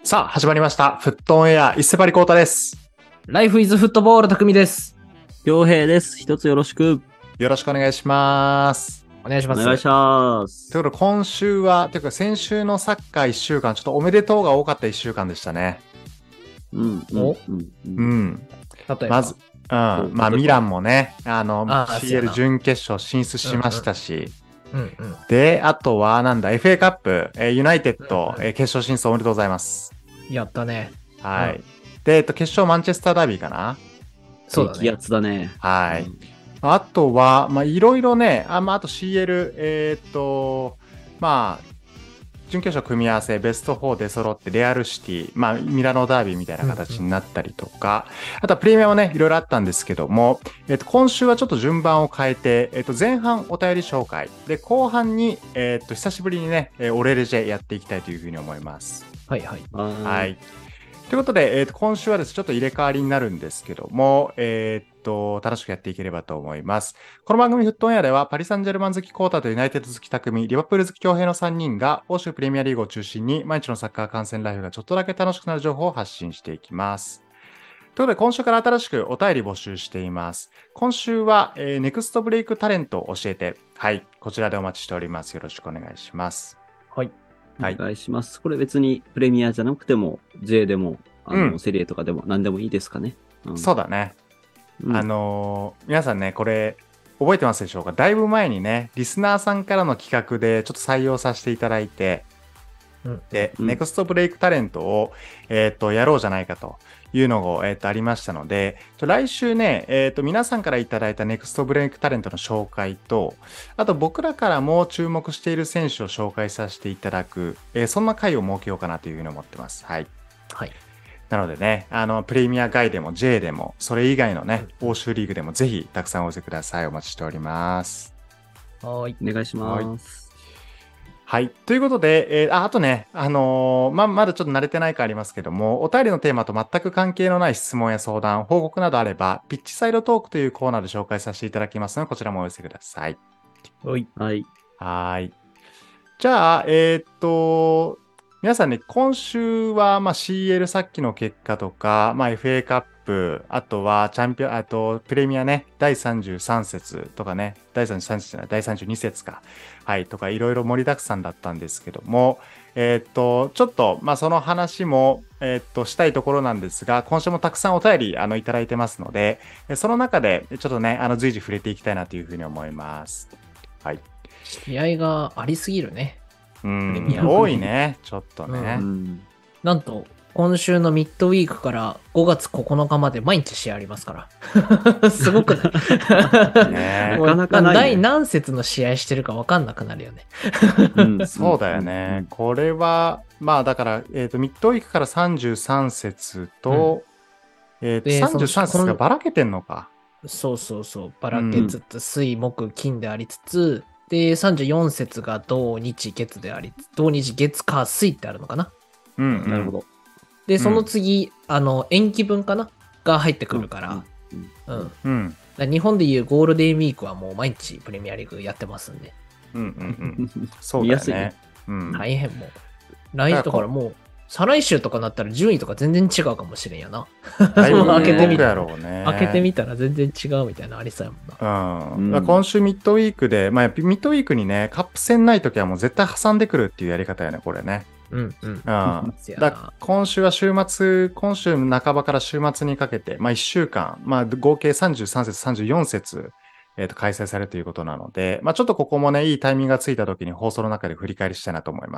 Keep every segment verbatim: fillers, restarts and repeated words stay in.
さあ、始まりました。フットオンエア、伊勢張りコータです。 ライフイズフットボール匠です。 陽平です。一つよろしく。 よろしくお願いします。 お願いします。 お願いします。 ということで、今週は、というか先週のサッカーいっしゅうかん、ちょっとおめでとうが多かったいっしゅうかんでしたね。 うん。うん。 おうん。 うん。 例えば。 まず、うん。まあ、ミランもね、あの、 あーシーエル 準決勝進出しましたし、 うんうん。 で、あとは、なんだ、エフエー カップ、えーユナイテッド、 うんうんえー決勝進出おめでとうございます。 やったね。 はい。 うんで、えっと、決勝マンチェスターダービーかな。 そうだね。 激アツだね。 はい。 うんあとは、まあ、いろいろね、あ、まあ、あと シーエル、えーっと、まあ、準決勝組み合わせ、ベストよんで揃って、レアルシティ、まあ、ミラノダービーみたいな形になったりとか、あとはプレミアもね、いろいろあったんですけども、えっと、今週はちょっと順番を変えて、えっと、前半お便り紹介、で、後半に、えっと、久しぶりにね、えーオレレジェやっていきたいというふうに思います。 はいはい。 は。 はいい。ということで、えっと、今週はですね、ちょっと入れ替わりになるんですけども、えっと、楽しくやっていければと思います。この番組フットオンエアでは、パリ・サンジェルマン好きコータとユナイテッド好き匠、リバプール好き強平のさんにんが、欧州プレミアリーグを中心に、毎日のサッカー観戦ライフがちょっとだけ楽しくなる情報を発信していきます。ということで、今週から新しくお便り募集しています。今週は、えー、ネクストブレイクタレントを教えて、はい、こちらでお待ちしております。よろしくお願いします。 はい。 はいお願いします。これ別にプレミアじゃなくても、J でも、あの、 うんセリエとかでも何でもいいですかね。うん、 そうだね。 うん。 あのー皆さんね、これ、覚えてますでしょうか？だいぶ前にね、リスナーさんからの企画でちょっと採用させていただいて、 うん。 で、 うんネクストブレイクタレントを、えっと、やろうじゃないかというのが、えっと、ありましたので、ちょ来週ね、えっと、皆さんからいただいたネクストブレイクタレントの紹介と、あと僕らからも注目している選手を紹介させていただく、えーそんな回を設けようかなというふうに思ってます。はい。 はい。 なのでね、あの、プレミア外でも J でも、それ以外のね、欧州リーグでもぜひたくさんお寄せください。お待ちしております。 はーい。 お願いします。 はい。ということで、えーああとね、あのーま、まだちょっと慣れてないかありますけども、お便りのテーマと全く関係のない質問や相談、報告などあれば、ピッチサイドトークというコーナーで紹介させていただきますので、こちらもお寄せください。 はい。 はい。 はーい。じゃあ、えーっと、皆さんね、今週は、まあ、シーエル さっきの結果とか、まあ、エフエー カップ、あとは、チャンピオン、あと、プレミアね、だいさんじゅうさん節とかね、だいさんじゅうさん節じゃない、だいさんじゅうに節か。はい、とか、いろいろ盛りだくさんだったんですけども、えーっと、ちょっと、まあ、その話も、えーっと、したいところなんですが、今週もたくさんお便り、あの、いただいてますので、えその中で、ちょっとね、あの、随時触れていきたいなというふうに思います。はい。 試合がありすぎるね。 うプレんミア、 多いね、ちょっとうね。 ん。 なんと、今週のミッドウィークからごがつここのかまで毎日試合ありますから。すごくないねもうなかなかないね第何節の試合してるか分かんなくなるよね。 うんそうだよね。これは、まあだから、えっ、と、ミッドウィークからさんじゅうさん節と、えっ、と、 でさんじゅうさんその節がばらけてんのか。 そうそうそう。ばらけつつ、水、木、金でありつつ、で、さんじゅうよん節が土日月でありつつ、土日月火水ってあるのかな。 うん、うん。 なるほど。 で、その次、あの、延期分かなが入ってくるから、 うん。 うん。だかうん。 ら日本でいうゴールデンウィークはもう毎日プレミアリーグやってますんで、 うん、うん、うん。そうだよね見やすいね。 うん。 大変もう。来だからもう、再来週とかなったら順位とか全然違うかもしれんやな。 だいぶ開けてみ動くやたろうね。 開けてみたら全然違うみたいなのありそうやもんな。 うん。 うんだから今週ミッドウィークで、まあ、ミッドウィークにね、カップ戦ないときはもう絶対挟んでくるっていうやり方やね、これね。 うんうん。 うん。 せやなだから今週は週末、今週半ばから週末にかけて、まあいっしゅうかん、まあ合計さんじゅうさん節、さんじゅうよん節、えっ、と、開催されるということなので、まあちょっとここもね、いいタイミングがついた時に放送の中で振り返りしたいなと思います。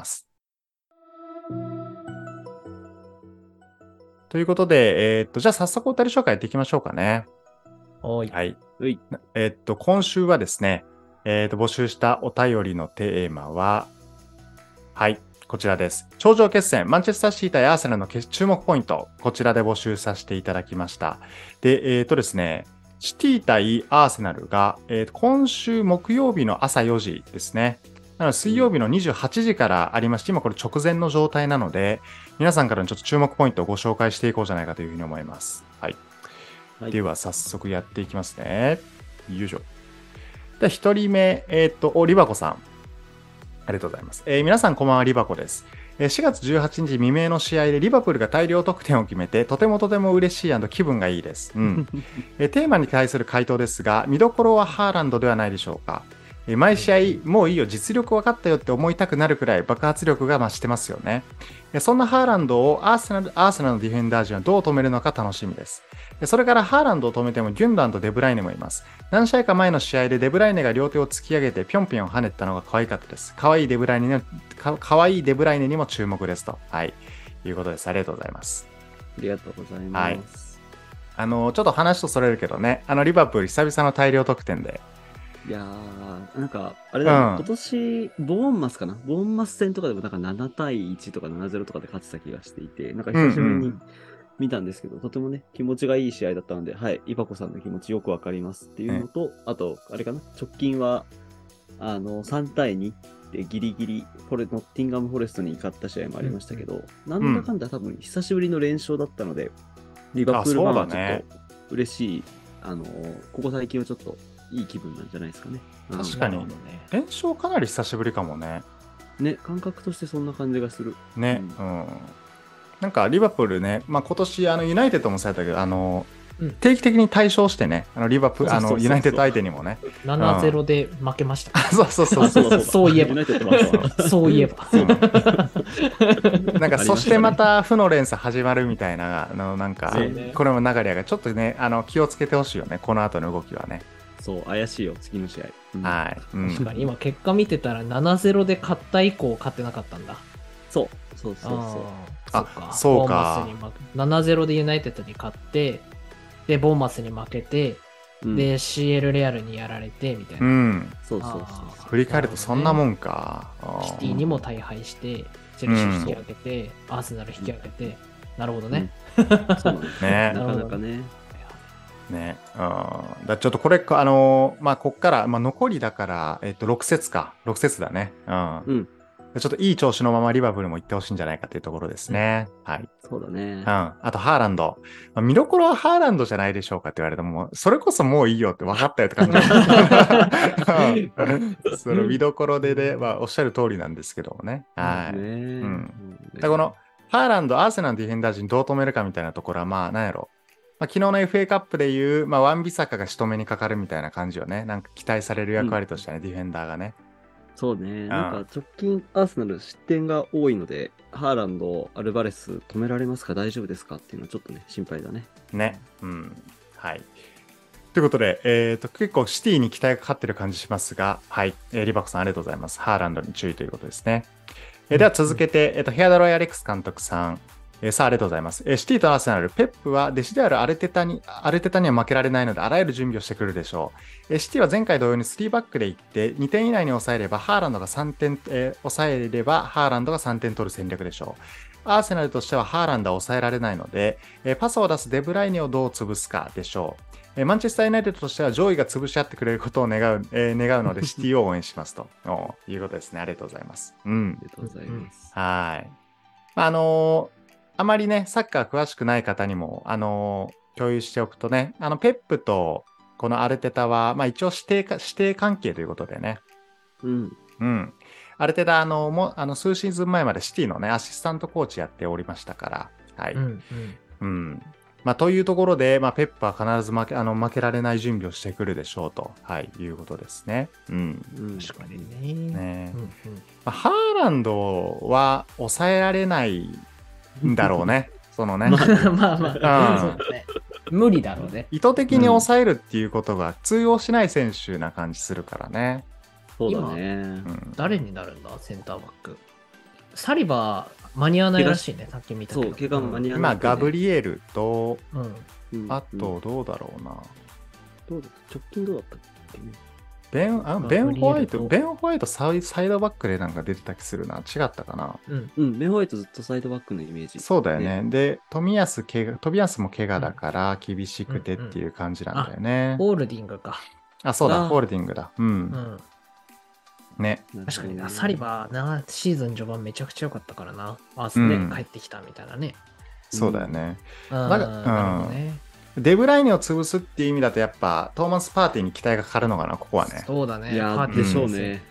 ということで、えっ、と、じゃあ早速お便り紹介やっていきましょうかね。 おい。 はい。 はい。 えっ、と、今週はですね、えっ、と、募集したお便りのテーマは、はい。こちらです。頂上決戦、マンチェスターシティ対アーセナルの決注目ポイント。こちらで募集させていただきました。で、えっ、とですね、シティ対アーセナルが、えーと今週木曜日の朝よじですね。なので水曜日のにじゅうはちじからありまして、今これ直前の状態なので、皆さんからのちょっと注目ポイントをご紹介していこうじゃないかというふうに思います。はい。 はいでは早速やっていきますね。よいしょ。ではひとりめ、えっ、と、お、リバコさん。ありがとうございます。えー皆さんこんばんは、リバコです。 えーしがつじゅうはちにち未明の試合でリバプールが大量得点を決めて、とてもとても嬉しい&気分がいいです。うんえーテーマに対する回答ですが、見どころはハーランドではないでしょうか。えー毎試合、もういいよ、実力分かったよって思いたくなるくらい爆発力が増してますよね。えーそんなハーランドをアーセナル、アーセナルのディフェンダー陣はどう止めるのか楽しみです。えーそれからハーランドを止めてもギュンダンとデブライネもいます。何試合か前の試合でデブライネが両手を突き上げてぴょんぴょん跳ねてたのが可愛かったです。可愛いデブライネにもか可愛いデブライネにも注目ですと。はい。いうことです。ありがとうございます。 ありがとうございます。 あの、ちょっと話とそれるけどね、あの、リバプール久々の大量得点で。 いやー、なんか、あれだ、ねうん今年、ボーンマスかなボーンマス戦とかでもなんかななたいいちとかななたいゼロとかで勝ってた気がしていて、なんか久しぶりにうんうん見たんですけど、とてもね、気持ちがいい試合だったので、はい、イバコさんの気持ちよくわかりますっていうのと、あと、あれかな直近は、あの、さんたいにでギリギリ、これ、ノッティンガム・フォレストに勝った試合もありましたけど、なんだかんだ多分久しぶりの連勝だったので、リバプールファンはちょっと嬉しい、あの、ここ最近はちょっといい気分なんじゃないですかね。うん確かになるほどね。 連勝かなり久しぶりかもね。 ね、感覚としてそんな感じがする。 ね。 ううん。なんかリバプールね、まあ、今年あのユナイテッドもそうやったけど、あの、 うん定期的に大勝してね、あのリバプール、あのそうそうそうそうユナイテッド相手にもね。 ななたいゼロで負けました。 そうそうそうそう。 だそういえばユナイテッドもあったわそういえば。 なんかそしてまた負の連鎖始まるみたいな、あのなんか、 そうねこれも流れがちょっとね、あの気をつけてほしいよね、この後の動きはね。 そう、怪しいよ、次の試合。うんはい。うん確かに今結果見てたらななたいゼロで勝った以降勝ってなかったんだ。 そう、そうそうそう。 ああそうかボーンマスに負けななたいゼロでユナイテッドに勝って、で、ボーンマスに負けて、 うんで、シーエル レアルにやられて、みたいうな。 ん。 そうそうそうあー振り返るとそんなもんか。 シティにも大敗して、チェルシー引き上げて、アーセナル引き上げて、なるほどね。 そうなんですねなかなかね。 ね。うん。だからちょっとこれ、あのーまあ、こっから、まあ、残りだから、えっと、ろく節か。ろく節だね。うん。 うん、 ちょっといい調子のままリバプールも行ってほしいんじゃないかっていうところですね。はい。 そうだねうん。。あと、ハーランド。まあ見どころはハーランドじゃないでしょうかって言われても、それこそもういいよって分かったよって感じ。うんその見どころでね、まあ、おっしゃる通りなんですけどもね。はい。 ねうんもうねでこの、ハーランド、アーセナルのディフェンダー陣どう止めるかみたいなところは、まあ、なんやろ。まあ、昨日の エフエー カップでいう、まあ、ワンビサカが仕留めにかかるみたいな感じをね、なんか期待される役割としてはね、ディフェンダーがね。 そうね。なんか直近、アーセナル失点が多いので、ハーランド、アルバレス止められますか大丈夫ですかっていうのはちょっとね、心配だね。 ね。うん。はい。ということで、えーと、結構シティに期待がかかってる感じしますが、はい。えーリバコさんありがとうございます。ハーランドに注意ということですね。えーでは続けて、えーと、ヘアドロイ・アレックス監督さん。えーさあ、ありがとうございます。えーシティとアーセナル、ペップは弟子であるアルテタに、アルテタには負けられないので、あらゆる準備をしてくるでしょう。えーシティは前回同様にスリーバックで行って、にてん以内に抑えれば、ハーランドがさんてん、えー抑えれば、ハーランドがさんてん取る戦略でしょう。アーセナルとしてはハーランドは抑えられないので、えーパスを出すデブライネをどう潰すかでしょう。えーマンチェスターユナイテッドとしては上位が潰し合ってくれることを願う、えー願うので、シティを応援しますとおいうことですね。ありがとうございます。うんあ。りがとうございます。 はい。あのーあまりね、サッカー詳しくない方にも、あのー共有しておくとね、あの、ペップとこのアルテタは、まあ一応指定か、指定関係ということでね。 うん。 うん。アルテタ、あの、もあの数シーズン前までシティのね、アシスタントコーチやっておりましたから。はい。 うんうんうん。まあ、というところで、まあ、ペップは必ず負け、あの、負けられない準備をしてくるでしょうと、はい、いうことですね。うん。 うん、 確かにね。 ねうんうんまあ、ハーランドは抑えられないんだろうね。そのね。 まあまあまあ、 うんそうだね。無理だろうね。 意図的に抑えるっていうことが通用しない選手な感じするからね。 そうだね。 うん、 誰になるんだ、センターバック。サリバー間に合わないらしいね、さっき見たけど。 そう怪我間に合わ今、 ないガブリエルと、 うん。 うんあと、どうだろうな。 どうだ直近どうだったっけね。 ベン、あガブリエルとベン・ホワイト、ベン・ホワイトサイサイドバックでなんか出てた気するな。違ったかな。 うん。 うん、ベンホワイトずっとサイドバックのイメージ。 そうだよね。で、冨安怪我、冨安も怪我だから厳しくてっていう感じなんだよね。 ホールディングか。 あ、そうだ、 あホールディングだ。うん。 うん。 ね。 確かにな、サリバーな、シーズン序盤めちゃくちゃ良かったからな。アースね、 うん帰ってきたみたいなね。 そうだよね。 うん、 なんかなるほどね。 デブライネを潰すっていう意味だと、やっぱ、トーマス・パーティーに期待がかかるのかな、ここはね。 そうだね。 いやー、 パーティーでしょうね。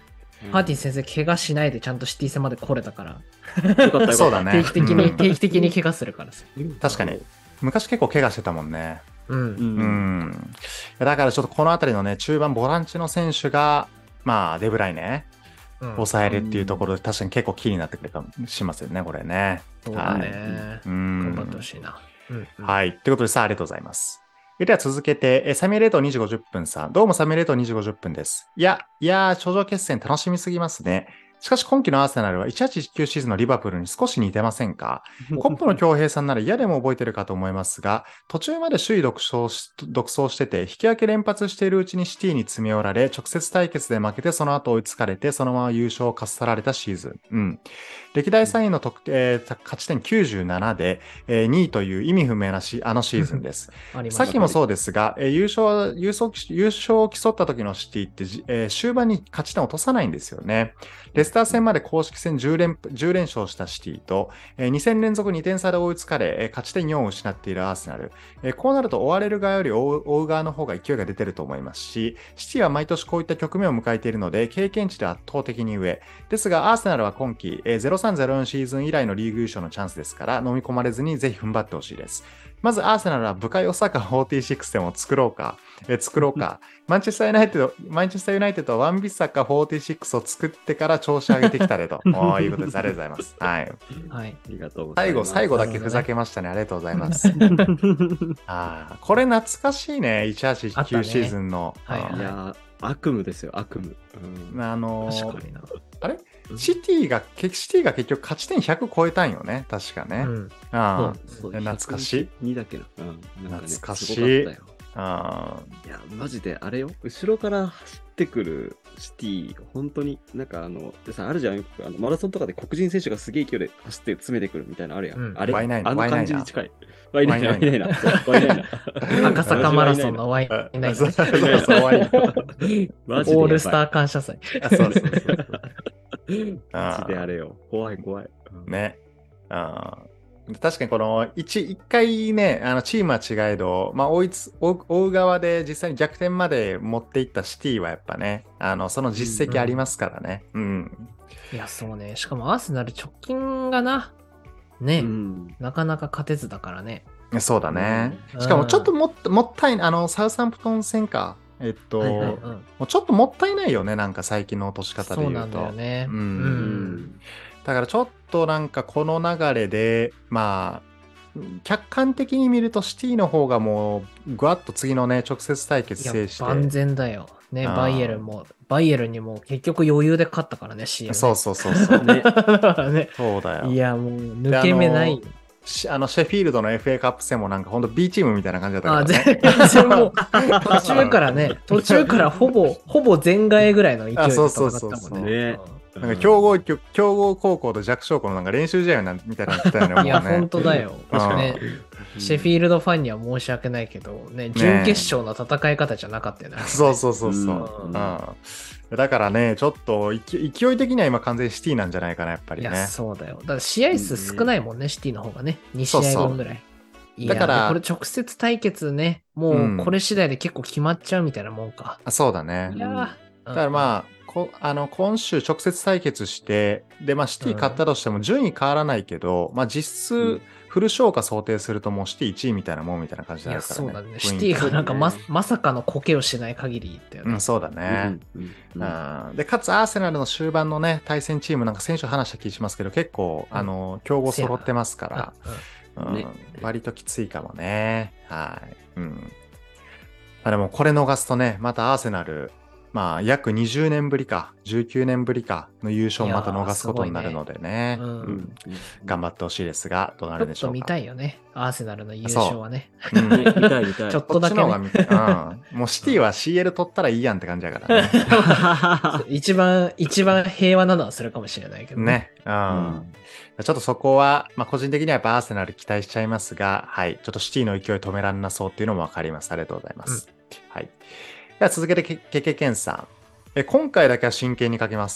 パーティー先生怪我しないでちゃんとシティ戦まで来れたから。 よかったよかった。 そうだね。 定期的に、 うん、 定期的に怪我するからさ。 確かに。昔結構怪我してたもんね。 うん。 うん。 うん。だからちょっとこのあたりのね、中盤ボランチの選手が、まあ、デブライネ、 うん、 抑えるっていうところで確かに結構キーになってくるかもしますよね、これね。 そうだね。 うん。 頑張ってほしいな。うんうん、 はい。ということでさあ、ありがとうございます。では続けて、えサミュエレートにじごじゅっぷんさん。どうもサミュエレートにじごじゅっぷんです。いや、いやー、頂上決戦楽しみすぎますね。しかし今季のアーセナルはいちはちいちきゅうシーズンのリバプールに少し似てませんか？コップの恭平さんなら嫌でも覚えてるかと思いますが、途中まで首位独走し、独走してて、引き分け連発しているうちにシティに詰め寄られ、直接対決で負けてその後追いつかれて、そのまま優勝をかっさられたシーズン。うん。歴代さんいの得、えー勝ち点きゅうじゅうななで、えーにいという意味不明なしあのシーズンです。さっきもそうですが、えー優勝、優勝、優勝を競った時のシティって、えー終盤に勝ち点を落とさないんですよね。レスター戦まで公式戦じゅう連、じゅう連勝したシティと、えー、に戦連続にてん差で追いつかれ、えー、勝ち点よんを失っているアーセナル。えー、こうなると追われる側より追う、追う側の方が勢いが出てると思いますし、シティは毎年こういった局面を迎えているので、経験値で圧倒的に上。ですが、アーセナルは今季、えー、ゼロさんゼロよんシーズン以来のリーグ優勝のチャンスですから、飲み込まれずにぜひ踏ん張ってほしいです。まずアーセナルは部下よさかフォーティーシックスでも作ろうか、えー、作ろうか。マンチェスターユナイテッド、マンチェスターユナイテッドはワンビッサかフォーティーシックスを作ってから調子上げてきたれと。おいうことです。ありがとうございます。はい。 はい。 ありがとうございます。 最後、最後だけふざけましたね。ありがとうございます。あこれ懐かしいね。いちはちきゅうシーズンの。 ね、はい、 いや悪夢ですよ、悪夢。 うん、あのー、 確かにな。 あれシティが、シティが結局勝ち点ひゃく超えたんよね。確かね。うん。あそう懐かしい。 にだけど。うん。なんかね、 懐かしい。 あいや、マジであれよ。後ろから走ってくるシティ、本当に、なんかあの、でさ、あるじゃん、よくあのマラソンとかで黒人選手がすげえ勢いで走って詰めてくるみたいなのあるやん。うん、あれ、あの感じに近い。ワイナイナ、ワイナイナ。ワイナイナ。赤坂マラソンのワイナイナ。そうそうそう、ワイナイナ。オールスター感謝祭。 そうそうそう。 マジであれよ。怖い怖い。 ね。あ確かにこの一、一回ね、あのチームは違えど、まあ追いつ、追う側で実際に逆転まで持っていったシティはやっぱね、あの、その実績ありますからね。うん。うん、 いや、そうね。しかもアーセナル直近がな、ね、うん、なかなか勝てずだからね。 そうだね。うん、しかもちょっとももったいない、あの、サウサンプトン戦か。えっと、はいはいうん、もうちょっともったいないよね、なんか最近の落とし方で言うと。そうなんだよね。うん。うんだからちょっとなんかこの流れで、まあ、客観的に見るとシティの方がもうぐわっと次のね、直接対決制して。 万全だよ。ね、バイエルンも、バイエルンにも結局余裕で勝ったからね、シーエム、ね。 そうそうそうそう。ね、ねそうだよ。 いや、もう抜け目ない。 あのシェフィールドの エフエー カップ戦もなんかほんと B チームみたいな感じだったからね。 あ、全然もう途中からね、途中からほぼ、ほぼ全替えぐらいの勢いで戦ったもんね。そうそうそうね。 なんか強豪、強豪高校と弱小校のなんか練習試合なんみたいなの言ったよね。 いや、本当だよ。確かね。シェフィールドファンには申し訳ないけど、ね、準決勝の戦い方じゃなかったよね。 そうそうそうそう。うん。だからね、ちょっと勢い的には今完全にシティなんじゃないかな、やっぱりね。いや、 そうだよ。だから試合数少ないもんね、シティの方がね。に試合分ぐらい。いやだからこれ直接対決ね、もうこれ次第で結構決まっちゃうみたいなもんか。 あそうだね。いやだからまあ、こあの今週直接対決して、で、まあ、シティ勝ったとしても順位変わらないけど、うん、まあ、実質、フル消化想定するともうシティいちいみたいなもんみたいな感じになるからね。いや、そうだね。 シティがなんかま、まさかのコケをしない限りだよね。 うん、そうだね。うんうんうん、で、かつアーセナルの終盤のね、対戦チームなんか選手話した気しますけど、結構、うん、あの、強豪揃ってますから、うんね、割ときついかもね。はい。うん。まあ、でもこれ逃すとね、またアーセナル、まあ、約にじゅうねんぶりか、じゅうきゅうねんぶりかの優勝をまた逃すことになるのでね。うんうん、頑張ってほしいですが、どうなるでしょうか。 ちょっと見たいよね。アーセナルの優勝はね。 うん、見たい見たい。 ちょっとだけ、ね。 こっちの方が見たい。うん。もうシティは シーエル 取ったらいいやんって感じだからね。 一番、一番平和なのはそれかもしれないけどね。 ね。うん。うんちょっとそこは、まあ、個人的にはやっぱアーセナル期待しちゃいますが、はい。ちょっとシティの勢い止めらんなそうっていうのもわかります。ありがとうございます。うん、はい。では続けて、けけけけんさん。え今回だけは真剣にかけます。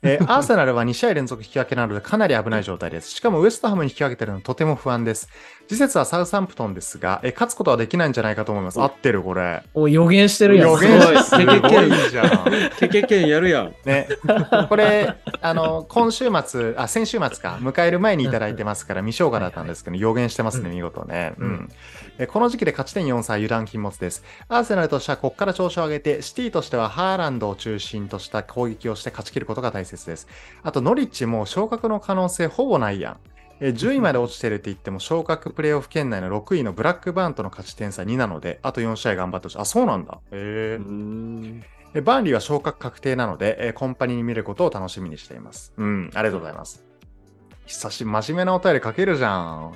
えー、アーセナルはに試合連続引き分けなのでかなり危ない状態です。しかもウエストハムに引き分けてるのとても不安です。次節はサウサンプトンですが、えー、勝つことはできないんじゃないかと思います。合ってるこれ。 お、予言してるやん。 予言してすごいじゃん。 ケケケンやるやん。 ね。これ、あの、今週末、あ、先週末か、迎える前にいただいてますから、未消化だったんですけど、予言してますね、見事ね。うん。えこの時期で勝ち点よん差、油断禁物です。アーセナルとしてはここから調子を上げて、シティとしてはハーランドを中心とした攻撃をして勝ち切ることが大切です。あと、ノリッチも昇格の可能性ほぼないやん。えじゅういまで落ちてるって言っても昇格プレーオフ圏内のろくいのブラックバーンとの勝ち点差になので、あとよん試合頑張ってほしい。あ、そうなんだ。へえ。バーンリーは昇格確定なので、えコンパニーに見ることを楽しみにしています。うん、ありがとうございます。久しぶり、真面目なお便り書けるじゃん。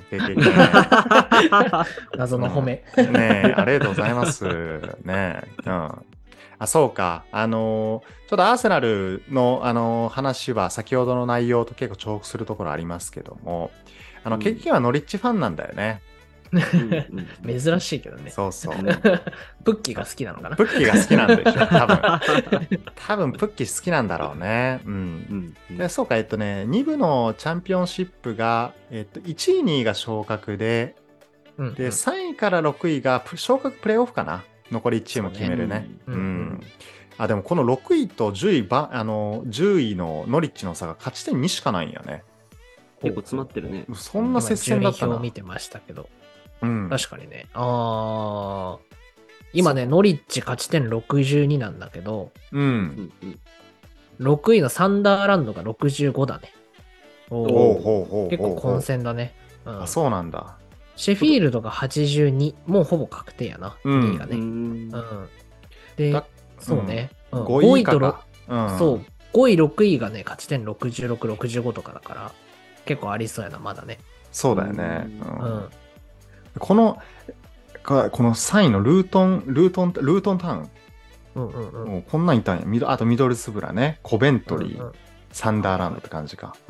謎の褒め。 うん、ねえ、ありがとうございます。ねえ。うん。あ、そうか。あのー、ちょっとアーセナルの、あのー、話は先ほどの内容と結構重複するところありますけども、あの、うん、結局はノリッチファンなんだよね。 珍しいけどね。 そうそう。 プッキーが好きなのかな。 プッキーが好きなんでしょ、多分。多分プッキー好きなんだろうね。うん。うん、でそうか、えっとね、に部のチャンピオンシップが、えっと、いちい、にいが昇格で、うんうん、で、さんいからろくいが昇格プレイオフかな。残りいちチーム決めるね。う、ね、うん。うん、あ、でもこのろくいとじゅういば、あの、じゅういのノリッチの差が勝ち点にしかないんよね。 結構詰まってるね。 そんな接戦だったな。 今見てましたけど。 うん、 確かにね。ああ。今ね、ノリッチ勝ち点ろくじゅうになんだけど、 うん。 ろくいのサンダーランドがろくじゅうごだね。 おお。 結構混戦だね。 うん、あ、そうなんだ。 シェフィールドがはちじゅうに、もうほぼ確定やな。うん、にいがね。うん。で、そうね。うん、ごいとろく、うん、そう。ごい、ろくいがね、勝ち点ろくじゅうろく、ろくじゅうごとかだから、結構ありそうやな、まだね。 そうだよね。 うん。うん、 この、このさんいのルートン、ルートン、ルートンタウン。 うんうんうん。 もうこんなんいたんや。あとミドルスブラね。コベントリー、うんうん、サンダーランドって感じか。うん。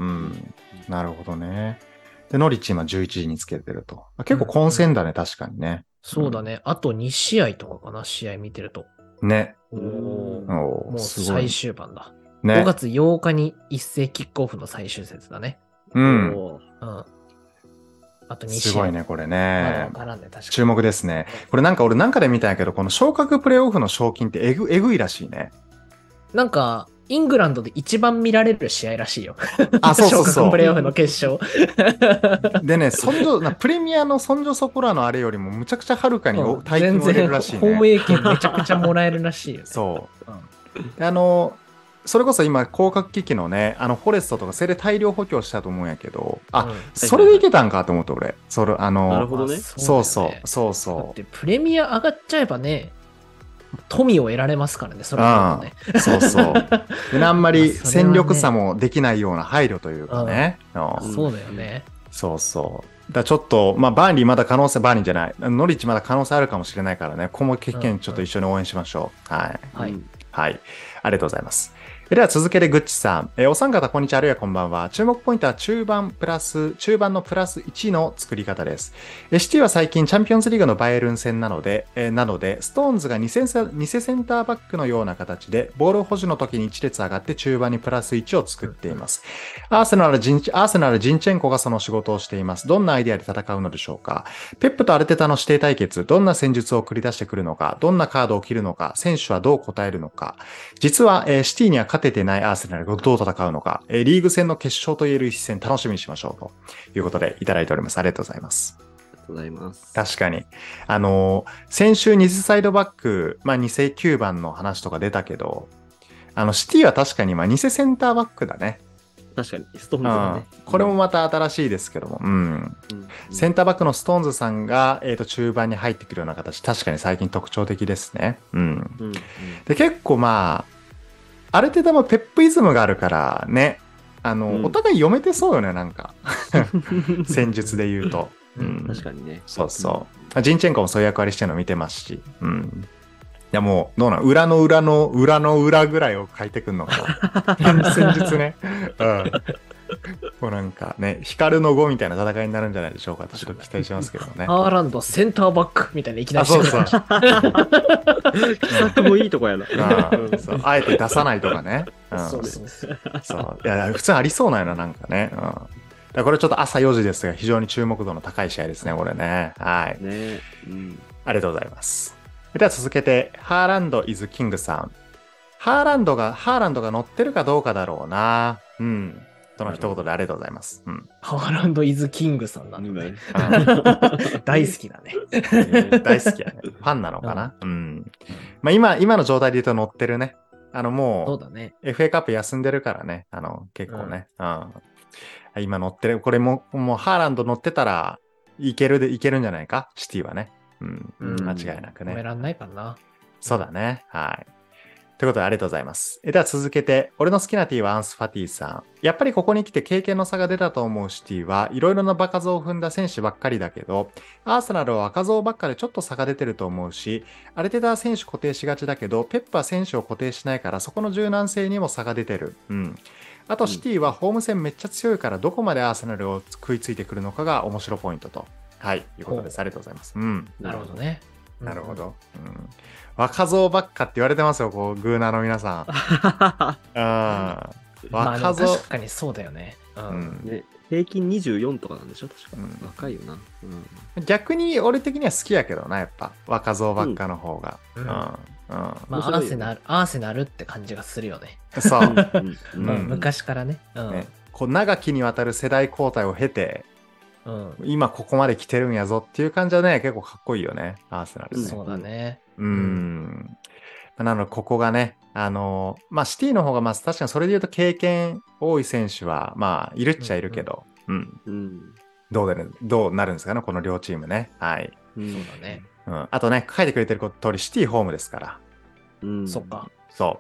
なるほどね。で、ノリッチ今じゅういちじにつけてると。結構混戦だね、うんうん、確かにね。 そうだね。うん、あとに試合とかかな、試合見てると。 ね。 おお。もう最終盤だ。 ね、 ごがつようかに一斉キックオフの最終節だね。 うん。 うん。あとに試合。 すごいね、これね。 まだね、確かに。 注目ですね。これなんか俺なんかで見たんやけど、この昇格プレイオフの賞金ってえぐ、えぐいらしいね。 なんか、イングランドで一番見られる試合らしいよ。 あ、そうそうそう。 昇格プレイオフの決勝。 でね、そんじょ、プレミアのそんじょそこらのあれよりもむちゃくちゃはるかに大金を入れるらしいね。 全然、ホーム A 券めちゃくちゃもらえるらしいよ、ね。 そう。うん、あの、それこそ今、広角機器のね、あの、フォレストとか、それで大量補強したと思うんやけど、あ、うん、それでいけたんかと思って、俺。それ、あの、 なるほどね。 そうそう、そうそう。 だってプレミア上がっちゃえばね、富を得られますからね、それはね。 うん、そうそう。で、あんまり戦力差もできないような配慮というかね。 うん、そうだよね。 そうそう。だちょっと、まあ、バーンリーまだ可能性、バーンリーじゃない、ノリッチまだ可能性あるかもしれないからね、この経験ちょっと一緒に応援しましょう。うんうん、はい。 はい。 はい。ありがとうございます。では続けてグッチさん、えー、お三方こんにちは、あるいはこんばんは。注目ポイントは中盤プラス、中盤のプラスいちの作り方です。えシティは最近チャンピオンズリーグのバイエルン戦なので、えー、なので、ストーンズが偽センターバックのような形で、ボール保持の時にいち列上がって中盤にプラスいちを作っています。アーセナルジン、アーセナルジンチェンコがその仕事をしています。どんなアイデアで戦うのでしょうか。ペップとアルテタの指定対決、どんな戦術を繰り出してくるのか、どんなカードを切るのか、選手はどう答えるのか。実は、えー、シティには勝ててないアーセナルどう戦うのか、えー、リーグ戦の決勝といえる一戦楽しみにしましょうということでいただいております。ありがとうございます。 ありがとうございます。 確かに。あのー、先週偽サイドバック、まあ偽きゅうばんの話とか出たけど、あの、シティは確かにまあ偽センターバックだね。 確かに、ストーンズだね、 うん。これもまた新しいですけども、うん。うんうん、センターバックのストーンズさんが、えーと、中盤に入ってくるような形、確かに最近特徴的ですね。うん。うんうん、で、結構まあ、ある程度もペップイズムがあるからね、あの、うん、お互い読めてそうよね、なんか。戦術で言うと。 うん、確かにね。 そうそう。ジンチェンコもそういう役割してるの見てますし。うん。いやもう、どうなん裏の裏の裏の裏ぐらいを書いてくんのか。戦術ね。うん。 もうなんかね、光の碁みたいな戦いになるんじゃないでしょうかとちょっと期待しますけどね。 ハーランドセンターバックみたいないきなりそうそう。 奇策もいいとこやな。 あ, そうあえて出さないとかね。うん、 そうそうそう。 そういや普通ありそうなよな、なんかね。うん、だこれちょっと朝よじですが、非常に注目度の高い試合ですね、これね。はい。 ね、うん、 ありがとうございます。では続けて、ハーランド is king さん。ハーランドが、ハーランドが乗ってるかどうかだろうな。うん。その一言でありがとうございます。うん、 ハーランドイズキングさんなんだね。大好きだね。 大好きやね。ファンなのかな。うん。うん、まあ今、今の状態で言うと乗ってるね。あのもう、 そうだね。 エフエー カップ休んでるからね。あの、結構ね。うん。うん、今乗ってる。これも、もうハーランド乗ってたらいけるで、いけるんじゃないかシティはね。うん。うん、間違いなくね。 止めらんないかな。 そうだね。はい。ということでありがとうございます。では続けて、俺の好きなティーはアンス・ファティさん。やっぱりここに来て経験の差が出たと思うシティはいろいろな場数を踏んだ選手ばっかりだけど、アーセナルは若造ばっかでちょっと差が出てると思うし、アルテタは選手固定しがちだけど、ペップは選手を固定しないからそこの柔軟性にも差が出てる。うん。あとシティはホーム戦めっちゃ強いからどこまでアーセナルを食いついてくるのかが面白ポイントと。はい、いうことです。ありがとうございます。うん。 なるほどね。 なるほど。うん。若造ばっかって言われてますよ、こう、グーナーの皆さん。うん。 若造。確かにそうだよね。うん。 ね、平均にじゅうよんとかなんでしょ確か、うん。若いよな、 うん。逆に俺的には好きやけどな、やっぱ。若造ばっかの方が。うん。うん。うん、 まあ、アーセナル、アーセナルって感じがするよね。 そう。 うん、昔からね。うん。 ね、こう長きにわたる世代交代を経て、うん、今ここまで来てるんやぞっていう感じはね、結構かっこいいよね、アーセナルね。 そうだね。 うん。うんなので、ここがね、あのー、まあ、シティの方が、まあ、確かにそれで言うと経験多い選手は、まあ、いるっちゃいるけど、うん。うんうん、どうで、ね、どうなるんですかね、この両チームね。はい。 うん、そうだね。 うん。あとね、書いてくれてる通り、シティホームですから。 うん。そっか。 そう。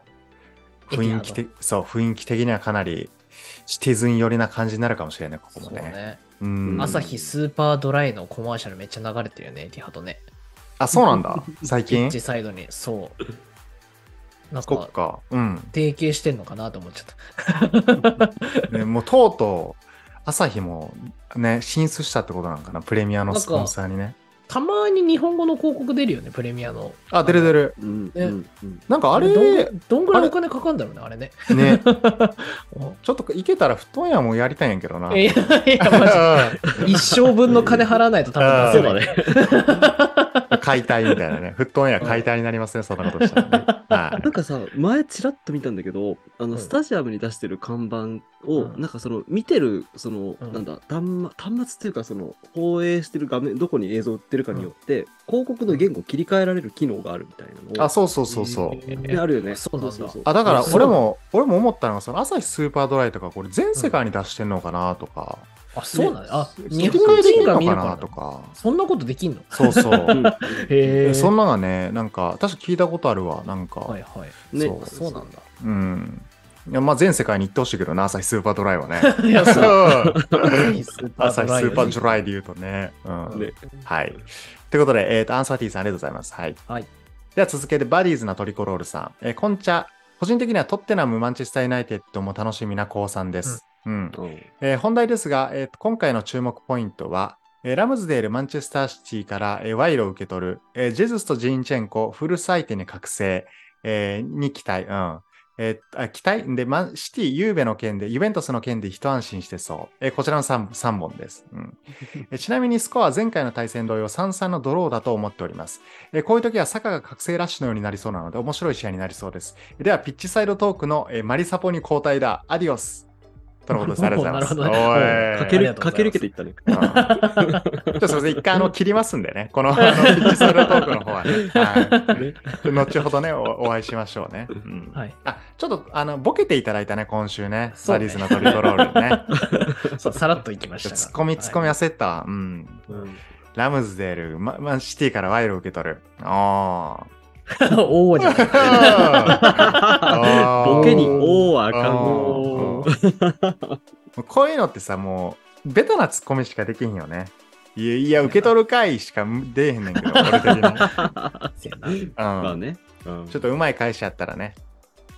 雰囲気的、そう、雰囲気的にはかなり、シティズン寄りな感じになるかもしれない、ここもね。そうね。 うん。朝日スーパードライのコマーシャルめっちゃ流れてるよね、エティハドね。 あ、そうなんだ。最近。 ピッチサイドに、そう。なんか、かうん、 提携してんのかなと思っちゃった。 ね、もうとうとう、朝日もね、進出したってことなのかな、プレミアのスポンサーにね。 たまに日本語の広告出るよね、プレミアの。 あ、出る出る。うんねうん、なんかあれどん、どんぐらいお金かかるんだろうね、あれね。ね。 ちょっといけたら布団屋もやりたいんやけどな。いやいや、マジ。一生分の金払わないと多分出せないね。 解体みたいなね。布団屋解体になりますね、そんなことしたらね。 はい、なんかさ、前ちらっと見たんだけど、あの、スタジアムに出してる看板を、うん、なんかその、見てる、その、うん、なんだ、端末、端末っていうか、その、放映してる画面、どこに映像売ってるかによって、うん、広告の言語切り替えられる機能があるみたいなのを。 あ、そうそうそうそう。えー、あるよね。 そうなんだ。 あ、だから、俺も、俺も思ったのが、その、朝日スーパードライとか、これ全世界に出してんのかなとか。 あ、そうなんだ。あ、日本人が見るからとか。そんなことできんの？ そうそう。へえ。そんなのがね、なんか、確か聞いたことあるわ、なんか。 はいはい。ね、そうなんだ。 うん。いや、まあ全世界に行ってほしいけどな、朝日スーパードライはね。 いや、そう。 朝日スーパードライで言うとね。うん。ね、はい。ということで、えっと、アンサーティーさんありがとうございます。はい。 はい。 では続けて、バディーズなトリコロールさん。えー、こんちゃ。個人的にはトッテナム、マンチェスターユナイテッドも楽しみな高さんです。うんうんえー、本題ですが、えー、今回の注目ポイントは、えー、ラムズデール、マンチェスターシティから、えー、賄賂を受け取る、えー、ジェズスとジンチェンコ、フルス相手に覚醒、えー、に期待。うんえー、あ期待で、マンシティ、ユーベの件で、ユベントスの件で一安心してそう。えー、こちらの 3, さんぼんです、うんえー。ちなみにスコアは前回の対戦同様さんたいさんのドローだと思っております。えー、こういう時はサカが覚醒ラッシュのようになりそうなので面白い試合になりそうです。では、ピッチサイドトークの、えー、マリサポに交代だ。アディオス。とのことです。ありがとうございます。 なるほどね。 かける、かけるけて言ったね。 ちょっとすみません、一回あの切りますんでね。この、あの、ピッチサイドトークの方はね。はい。後ほどねお、お会いしましょうね。うん、はい。あ、ちょっと、あの、ボケていただいたね、今週ね。サディーズのトリコロールね。 そう、さらっといきました。 ツッコミ、ツッコミ焦った。うん。ラムズデール、マンシティから賄賂を受け取る。ああ。 おおじゃない。 ボケにおおはあかんの。 こういうのってさ、もう、ベタなツッコミしかできんよね。いや、いや受け取るかいしか出えへんねんけど、俺的に。うん、まあね、うん。ちょっとうまい返しやったらね。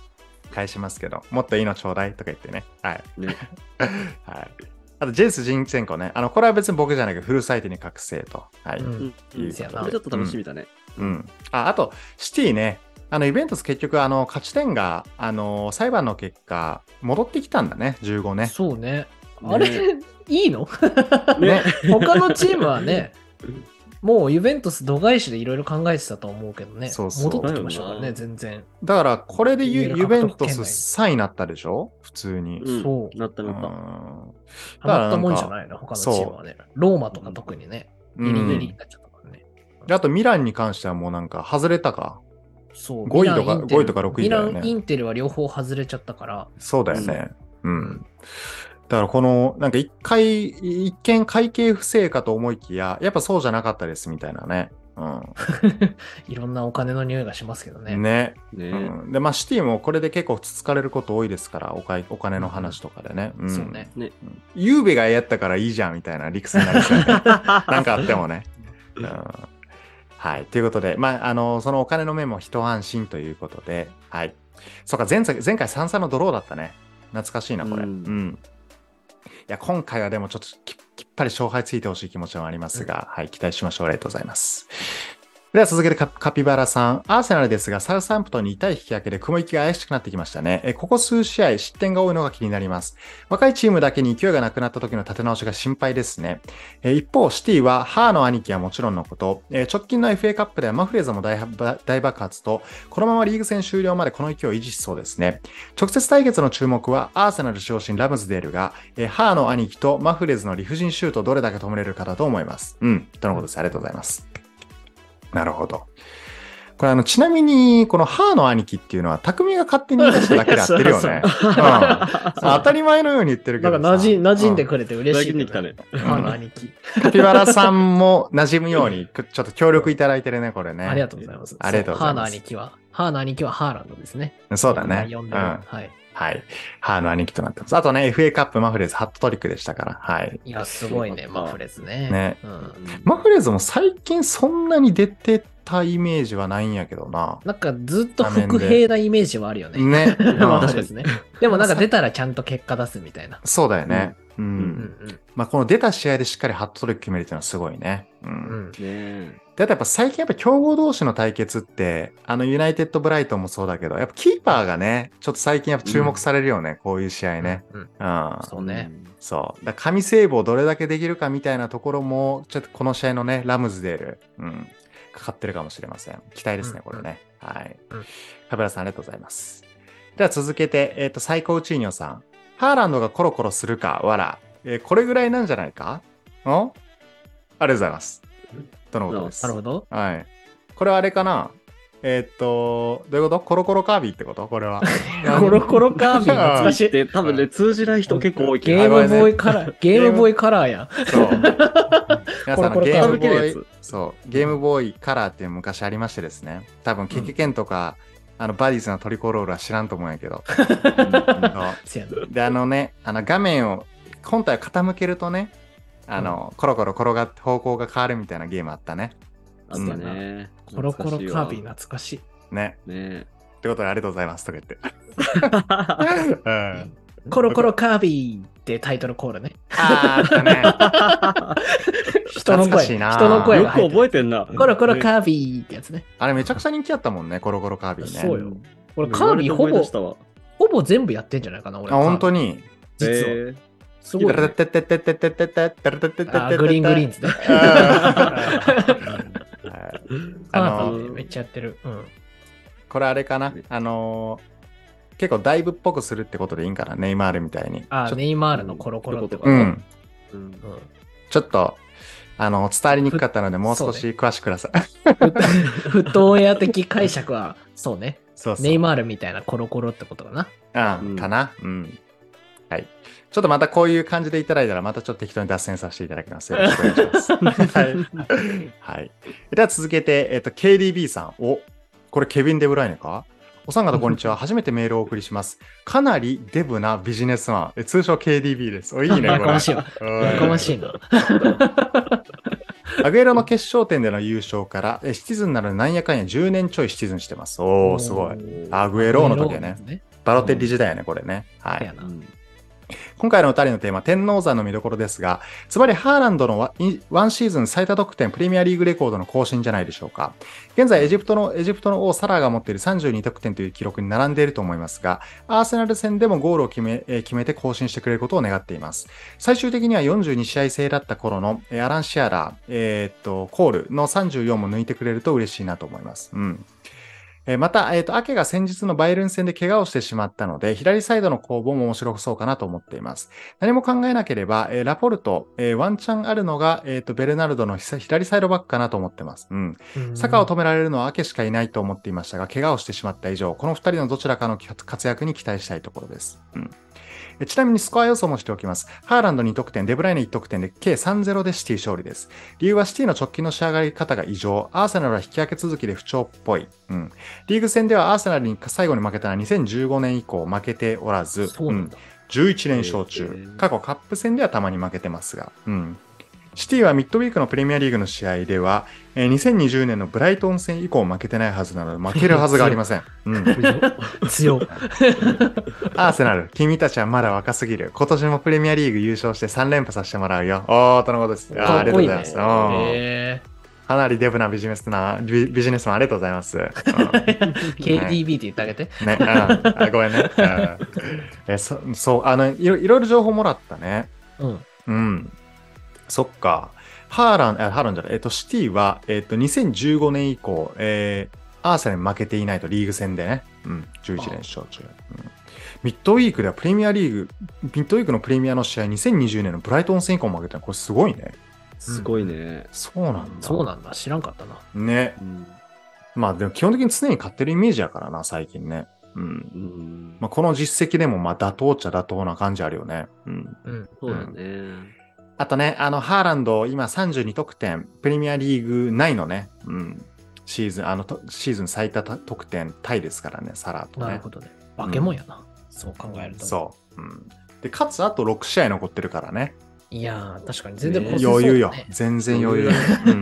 返しますけど、もっといいのちょうだいとか言ってね。はい。 ねはい。あと、ジェイス・ジンチェンコね。あの、これは別に僕じゃないけど、フルサイトに覚醒と。はい。 うんうんいいですよなこれちょっと楽しみだね。 うん。うん、あ、あと、シティね。あの、イベントス結局、あの、勝ち点が、あの、裁判の結果、戻ってきたんだね。じゅうごね。 そうね。あれ、 ねいいのね。 他のチームはね、もうユベントス度外視でいろいろ考えてたと思うけどね。 そうそう戻ってきましたからね、全然。 だから、これでユユユベントス獲得圏内さんいになったでしょ普通に。 うんそうなったなった。 うんハマったもんじゃないの、他のチームはね。ローマとか特にね、ギリギリになっちゃったからね。 であと、ミランに関してはもうなんか、外れたか。 そう。 ごいとかミランインテルごいとかろくいだよねミラン、インテルは両方外れちゃったから。 そうだよね。うん。だからこの、なんか一回、一見会計不正かと思いきや、やっぱそうじゃなかったですみたいなね。ういろんなお金の匂いがしますけどね。 ん。ね。 ねうん、で、まあ、シティもこれで結構つつかれること多いですから、おかいお金の話とかでね。うん、 そうね。 ね。 ゆうべがやったからいいじゃんみたいな理屈になりそうね。なんかあってもね。うん、はい。ということで、まあ、あの、そのお金の面も一安心ということで、はい。そうか、前回、前回さんさんのドローだったね。懐かしいな、これ。う。 うんんいや、今回はでもちょっとききっぱり勝敗ついてほしい気持ちはありますが、はい、期待しましょう。ありがとうございます。では続けてカカピバラさん。アーセナルですが、サウスハンプトンに痛い引き分けで雲行きが怪しくなってきましたね。えここ数試合、失点が多いのが気になります。若いチームだけに勢いがなくなった時の立て直しが心配ですね。え一方、シティはハーの兄貴はもちろんのこと、え直近の エフエー カップではマフレーズも 大, 大爆発と、このままリーグ戦終了までこの勢いを維持しそうですね。直接対決の注目は、アーセナル昇進ラムズデールが、えハーの兄貴とマフレーズの理不尽シュートをどれだけ止めれるかだと思います。うん、とのことです。ありがとうございます。なるほど。これあの、ちなみに、このハーの兄貴っていうのは、匠が勝手に言い出しただけで合ってるよね。うん、当たり前のように言ってるけどさ。 なんか馴染馴染んでくれて嬉しい、 馴染んできたね。 ハーの兄貴。 カピバラさんも馴染むように、ちょっと協力いただいてるね、これね。 ありがとうございます。 ありがとうございます。 ハーの兄貴は、ハーの兄貴はハーランドですね。 そうだね。 呼んでる。 うん。 はい。 はい。ハーの兄貴となってます。あとね、エフエー カップマフレーズハットトリックでしたから。はい。 いや、すごいね、マフレーズね。 ね。 うん、 マフレーズも最近そんなに出てたイメージはないんやけどな。 なんかずっと不平なイメージはあるよね。 ね。 マフレーズね。でもなんか出たらちゃんと結果出すみたいな。 そうだよね。うん。うんうんうん、 まあこの出た試合でしっかりハットトリック決めるっていうのはすごいね。うん。 うんねで、あとやっぱ最近やっぱ強豪同士の対決って、あのユナイテッドブライトンもそうだけど、やっぱキーパーがね、ちょっと最近やっぱ注目されるよね、うん、こういう試合ね。 うん。 うん。 そうね。 そう。だ神セーブをどれだけできるかみたいなところも、ちょっとこの試合のね、ラムズデール、うん、かかってるかもしれません。期待ですね、これね。うん、はい。 うん、 カベラさんありがとうございます。では続けて、えっと、最高チーニョさん。ハーランドがコロコロするか、わら。えー、これぐらいなんじゃないかんありがとうございます。とのことです。 なるほど。 はい。これはあれかなえー、っと、どういうことコロコロカービィってことこれは。 コロコロカービィ懐かしい。 って多分ね、通じない人結構多いけど。ゲームボーイカラー、ゲームボーイカラーやん。 そう。皆さんのゲームボーイ、 そう、ゲームボーイカラーっていう昔ありましてですね。多分、ケケケンとか、うん、あの、バディズのトリコロールは知らんと思うんやけど。で、あのね、あの画面を、本体を傾けるとね、あの、うん、コロコロ転がって方向が変わるみたいなゲームあったね。 あったね。 コロコロカービィ懐かしい。 ね。 ね。 ってことでありがとうございますとか言って。うん、 コロコロカービィってタイトルコールね。 あーあったね。 人の声。人の声がよく覚えてんな。 コロコロカービィってやつね。 あれめちゃくちゃ人気あったもんね、コロコロカービィね。 そうよ。俺カービィほぼ、ほぼ全部やってんじゃないかな、俺。 あ、本当に実は。すごい、ね。 あ、グリーングリーンズね。あのー、めっちゃやってる。うん。 これあれかなあのー、結構ダイブっぽくするってことでいいんかなネイマールみたいに。 あ、ネイマールのコロコロってこと。 うん。うん、ちょっと、あの、伝わりにくかったので、もう少し詳しくください。 フットウェア的解釈は、そうね。 そうそう。 ネイマールみたいなコロコロってことかな。 ああ、うん、かなうん。はい。ちょっとまたこういう感じでいただいたら、またちょっと適当に脱線させていただきます。よろしくお願いします。はい。はい。では続けて、えっと、ケーディービー さん。お、これケビン・デブライネかお三方こんにちは。初めてメールをお送りします。かなりデブなビジネスマン。通称 ケーディービー です。お、いいね。 やかましいわ。やかましいな。 アグエロの決勝点での優勝から、シチズンなのでなんやかんやじゅうねんちょいシチズンしてます。おー、すごい。アグエロの時はね。ねバロテッリ時代やね、これね。はい。今回のふたりのテーマ、天王山の見どころですが、つまりハーランドのワンシーズン最多得点プレミアリーグレコードの更新じゃないでしょうか。現在エジプトのエジプトの王サラーが持っているさんじゅうに得点という記録に並んでいると思いますが、アーセナル戦でもゴールを決め、えー、決めて更新してくれることを願っています。最終的にはよんじゅうにしあい制だった頃のアラン・シアラー、えー、っとコールのさんじゅうよんも抜いてくれると嬉しいなと思います。うん。また、えっと、アケが先日のバイエルン戦で怪我をしてしまったので、左サイドの攻防も面白そうかなと思っています。何も考えなければ、えー、ラポルト、えー、ワンチャンあるのが、えっと、ベルナルドの左サイドバックかなと思ってます。うん。サカを止められるのはアケしかいないと思っていましたが、怪我をしてしまった以上、この二人のどちらかの活躍に期待したいところです。うん。ちなみにスコア予想もしておきます。ハーランドに得点、デブライネいち得点で計 さんたいゼロ でシティ勝利です。理由はシティの直近の仕上がり方が異常。アーセナルは引き分け続きで不調っぽい。うん。リーグ戦ではアーセナルに最後に負けたのはにせんじゅうごねん以降負けておらず、うん、じゅういちれんしょう中。過去カップ戦ではたまに負けてますが。うん。シティはミッドウィークのプレミアリーグの試合では、えー、にせんにじゅうねんのブライトン戦以降負けてないはずなので負けるはずがありません。うん、 強アーセナル、君たちはまだ若すぎる。今年もプレミアリーグ優勝してさんれんぱさせてもらうよ。おー、とのことです。あ, ありがとうございます。えー、かなりデブなビジネスなビビジネスマンありがとうございます。うん、ケーディービー って言ってあげて。 ね、うん、あごめんね。うんえそそうあのいろいろ情報もらったね。うん。うんそっか。ハーラン、ハーランじゃない、えっと、シティは、えっと、にせんじゅうごねん以降、えー、アーセナルに負けていないと、リーグ戦でね。うん、じゅういちれんしょう中。うん、ミッドウィークではプレミアリーグ、ミッドウィークのプレミアの試合、にせんにじゅうねんのブライトン戦以降負けたの、これすごいね。 すごいね、うん。 そうなんだ。 そうなんだ。知らんかったな。 ね。うん、まあ、でも基本的に常に勝ってるイメージやからな、最近ね。うん。うんまあ、この実績でも、まあ、妥当っちゃ妥当な感じあるよね。うん。 うん、そうだね。うんあとね、あの、ハーランド、今さんじゅうに得点、プレミアリーグ内のね、うん、シーズン、あの、シーズン最多得点タイですからね、サラーとね。 なるほどね。化け物やな、うん。そう考えると。 そう。うん。で、かつ、あとろくしあい残ってるからね。 いやー、確かに全然、 ね、余裕よ。全然余裕よ。うん。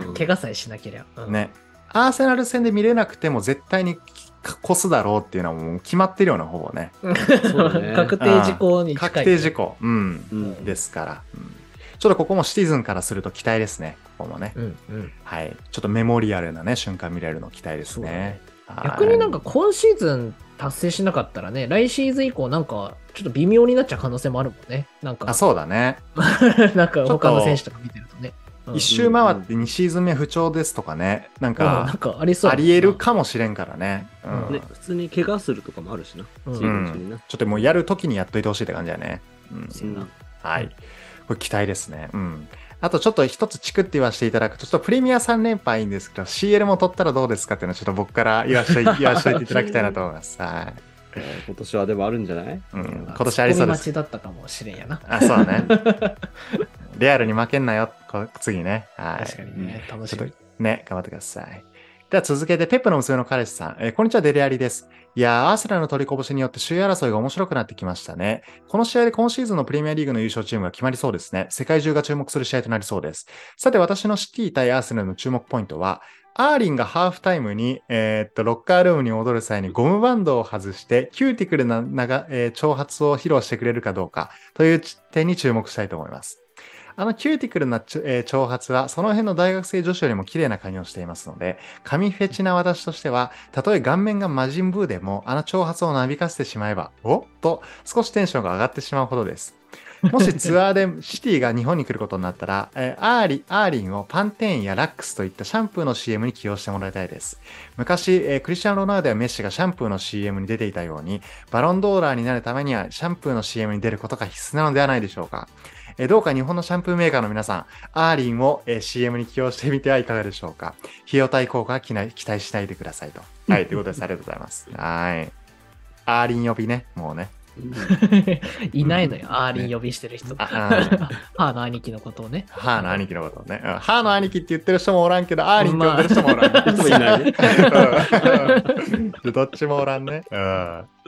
怪我さえしなければ、 うん。ね。アーセナル戦で見れなくても絶対に越すだろうっていうのはもう決まってるような、ほぼね。 そうね確定事項に近い、ね。 確定事項。うん。うん、ですから。うんちょっとここもシティズンからすると期待ですね。ここもね、うんうん。はい。ちょっとメモリアルなね、瞬間見れるの期待ですね。ね逆になんか今シーズン達成しなかったらね、来シーズン以降なんかちょっと微妙になっちゃう可能性もあるもんね。なんか。 あ、そうだね。 なんか他の選手とか見てるとね。 うん、一周回ってにシーズン目不調ですとかね。なんか、 なんかありそう。 ありえるかもしれんからね。 うんね普通に怪我するとかもあるしな。うん、シーズン中にな。 ちょっともうやるときにやっといてほしいって感じだね。うん。うん、はい。これ期待ですね。うん。あとちょっと一つチクって言わせていただくと、ちょっとプレミアさん連敗いいんですけど、シーエル も取ったらどうですかっていうのはちょっと僕から言わせて、言わせていただきたいなと思います。はい。 えー、今年はでもあるんじゃない？ うん。今年ありそうです。 待ちだったかもしれんやな。 あ、そうね。レアルに負けんなよ、次ね。はい。 確かにね。楽しみ。 ね、頑張ってください。では続けて、ペップの娘の彼氏さん。えー、こんにちは、デレアリです。いやー、アーセナルの取りこぼしによって首位争いが面白くなってきましたね。この試合で今シーズンのプレミアリーグの優勝チームが決まりそうですね。世界中が注目する試合となりそうです。さて、私のシティ対アーセナルの注目ポイントは、アーリンがハーフタイムに、えー、っと、ロッカールームに戻る際にゴムバンドを外して、キューティクルな長、えー、長髪を披露してくれるかどうかという点に注目したいと思います。あのキューティクルな、えー、長髪はその辺の大学生女子よりも綺麗な髪をしていますので、髪フェチな私としては、たとえ顔面が魔人ブーでもあの長髪をなびかせてしまえば、おっと少しテンションが上がってしまうほどです。もしツアーでシティが日本に来ることになったら、えー、アーリ、アーリンをパンテーンやラックスといったシャンプーの シーエム に起用してもらいたいです。昔、えー、クリスチャン・ロナウドやメッシがシャンプーの シーエム に出ていたように、バロンドーラーになるためにはシャンプーの シーエム に出ることが必須なのではないでしょうか。えどうか日本のシャンプーメーカーの皆さん、アーリンを、えー、シーエム に起用してみてはいかがでしょうか。費用対効果は期待しないでくださいと。はい、ということです。ありがとうございます。はい。アーリン呼びね、もうね。 いないのよ、アーリン呼びしてる人。ハーの兄貴のことをね。 ハーの兄貴のことをね。ハーの兄貴って言ってる人もおらんけど、アーリンって呼んでる人もおらん。人もいないね。どっちもおらんね。うん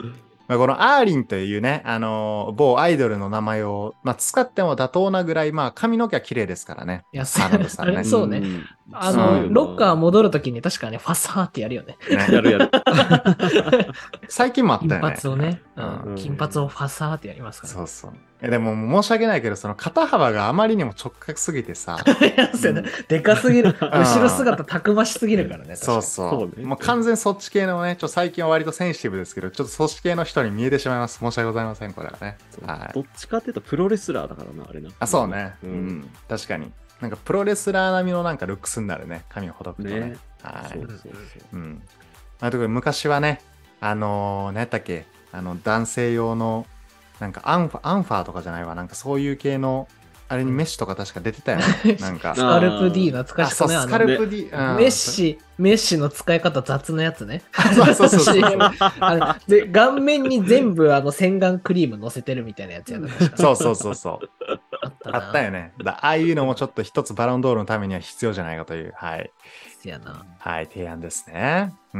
まあ、このアーリンというね、あのー、某アイドルの名前を、まあ、使っても妥当なぐらい、まあ、髪の毛は綺麗ですからね。 いや、 ハーランドさんね。 そうね。あの、ロッカー戻るときに確かね、ファサーってやるよね。 ねやるやる。 最近もあったよね。 金髪をね、 ううんん、金髪をファサーってやりますから、ね。 そうそう。えでも申し訳ないけど、その肩幅があまりにも直角すぎてさ。 いや、そうね。でかすぎる。後ろ姿たくましすぎるからね。 そうそう。 そうね、 もう完全そっち系のね、ちょ最近は割とセンシティブですけど、ちょっとそっち系の人に見えてしまいます。申し訳ございません、これはね。はい。 どっちかっていうとプロレスラーだからな、あれな。 あ、そうね。 うん。 うん、確かに。なんかプロレスラー並みのなんかルックスになるね。髪をほどくとね。ねはい。そうそうそう。うん。まあ、特に昔はね、あのー、何やったっけ、あの、男性用の、なんかアンファ、アンファーとかじゃないわ。なんかそういう系の、あれにメッシュとか確か出てたよね。なんか。 スカルプ D 懐かしくね。 あ、そう、スカルプ D。 メッシ、メッシの使い方雑なやつね。 そうそうそうそう。 で、顔面に全部あの洗顔クリーム乗せてるみたいなやつやな。 そうそうそうそう。あったあったよね。だああいうのもちょっと一つバロンドールのためには必要じゃないかという、はい。 やな。 はい、提案ですね。うん。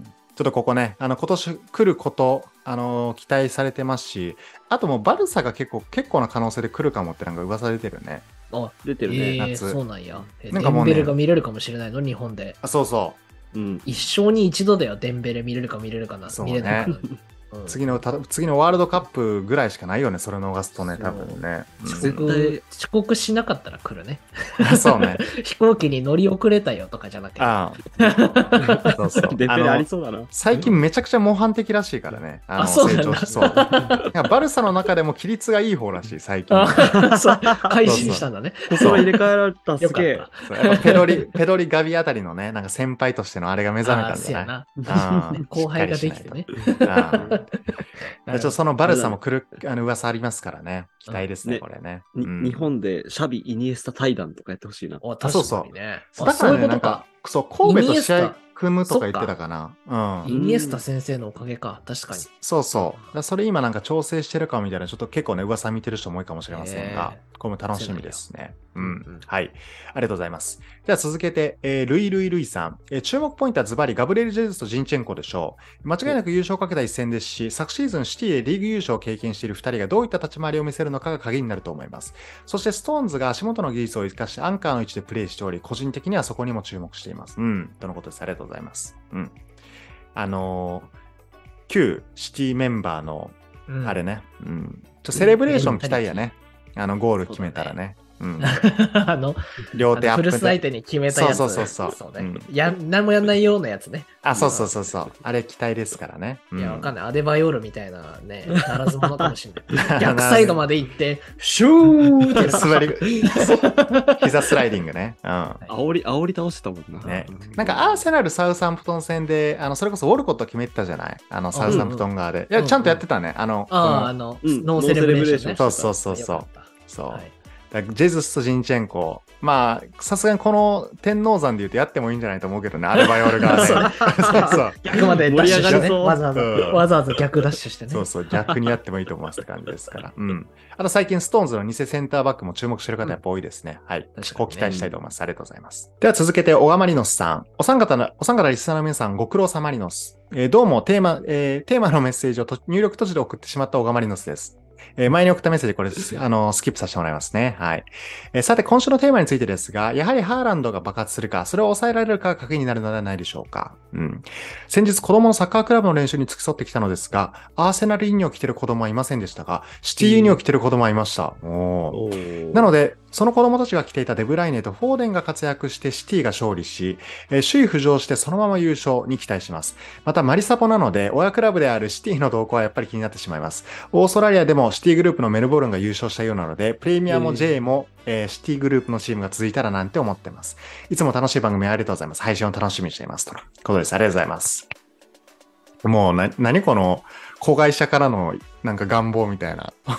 ちょっとここね、あの、今年来ること、あのー、期待されてますし、あともうバルサが結構、結構な可能性で来るかもってなんか噂出てるね。 あ、 出てるね。 えー、 夏。 そうなんや。 なんかもうね、 デンベレが見れるかもしれないの、日本で。 あ、そうそう。 うん、 一生に一度だよ、デンベレ見れるか見れるかな。 そうね、 見れないかな。 うん、次のた次のワールドカップぐらいしかないよね、それ逃すとね、多分ね。 遅刻、遅刻しなかったら来るね。 そうね。 飛行機に乗り遅れたよとかじゃなくて。 ああ。そうそう。デンベレありそうだな。 最近めちゃくちゃ模範的らしいからね。 あのあ、そうなんだ。 そう。バルサの中でも規律がいい方らしい、最近。 そう改心したんだね。 それ入れ替えられた、すげえ。 ペドリ、ペドリガビあたりのね、なんか先輩としてのあれが目覚めたんだよね。 後輩ができてね。 ちょっとそのバルサも来るあの噂ありますからね。期待ですね、これね。 日本でシャビ、イニエスタ対談とかやってほしいな。 あ、そうそう。 だからね、なんか、そう、神戸と試合組むとか言ってたかな。 うん。イニエスタ先生のおかげか。確かに。 そうそう。それ今なんか調整してるかみたいな、ちょっと結構ね、噂見てる人も多いかもしれませんが、これも楽しみですね。うん。はい。ありがとうございます。では続けて、えー、ルイルイルイさん。えー、注目ポイントはズバリ、ガブリエル・ジェズスとジンチェンコでしょう。間違いなく優勝をかけた一戦ですし、昨シーズンシティでリーグ優勝を経験しているふたりがどういった立ち回りを見せるのかが鍵になると思います。そしてストーンズが足元の技術を生かしてアンカーの位置でプレイしており、個人的にはそこにも注目しています。うん。とのことです。ありがとうございます。うん。あのー、旧シティメンバーの、あれね、うん。ちょセレブレーション期待やね。あの、ゴール決めたらね。うん、 あの、 両手アップフルス相手に決めたやつ。 そうそうそうそう。 そうね。うん、や、何もやんないようなやつね。 あ、そうそうそうそう。あれ期待ですからね。 うん、いや、わかんない。アデバヨールみたいなね、ならず者かもしれない。逆サイドまで行って、シューって滑り、膝スライディングね。うん。 煽り、煽り倒してたもんな。 ね。なんか、アーセナル、サウサンプトン戦で、あの、それこそウォルコット決めてたじゃないあの、サウサンプトン側で。いや、ちゃんとやってたね。あの、 ああ、の、ノーセレブレーション。 そうそうそうそう。そう。ジェズスとジンチェンコ。まあ、さすがにこの天王山で言うとやってもいいんじゃないと思うけどね、アデバヨール側で。そうそう。逆までダッシュしてね。わざわざ、わざわざ逆ダッシュしてね。 そうそう、逆にやってもいいと思いますって感じですから。うん。あと最近、ストーンズの偽センターバックも注目してる方やっぱ多いですね。はい。こう期待したいと思います。ありがとうございます。では続けて、小川マリノスさん。お三方の、お三方リスナーの皆さん、ご苦労様マリノス。えー、どうもテーマ、えー、テーマのメッセージを入力途中で送ってしまった小川マリノスです。えー、前に送ったメッセージこれ、あの、スキップさせてもらいますね。はい。えー、さて、今週のテーマについてですが、やはりハーランドが爆発するか、それを抑えられるかが鍵になるのではないでしょうか。うん。先日、子供のサッカークラブの練習に付き添ってきたのですが、アーセナルユニを着てる子供はいませんでしたが、シティユニを着てる子供はいました。おー。なので、その子供たちが着ていたデブライネとフォーデンが活躍してシティが勝利し、えー、首位浮上してそのまま優勝に期待します。またマリサポなので、親クラブであるシティの動向はやっぱり気になってしまいます。オーストラリアでもシティグループのメルボルンが優勝したようなので、プレミアも J も、えー、シティグループのチームが続いたらなんて思ってます。いつも楽しい番組ありがとうございます。配信を楽しみにしています。とのことです。ありがとうございます。もうな、何この、子会社からのなんか願望みたいな。うん、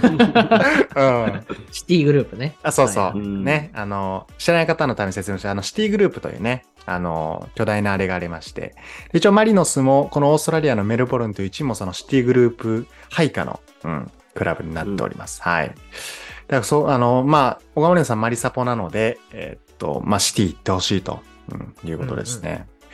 シティグループね。 あ、そうそう。はい、ね。あの、知らない方のために説明して、あの、シティグループというね、あの、巨大なあれがありまして。一応マリノスも、このオーストラリアのメルボルンというチームもそのシティグループ配下の、うん、クラブになっております。うん、はい。だからそう、あの、まあ、小川森さんマリサポなので、えー、っと、まあ、シティ行ってほしいと、うん、いうことですね。うんうん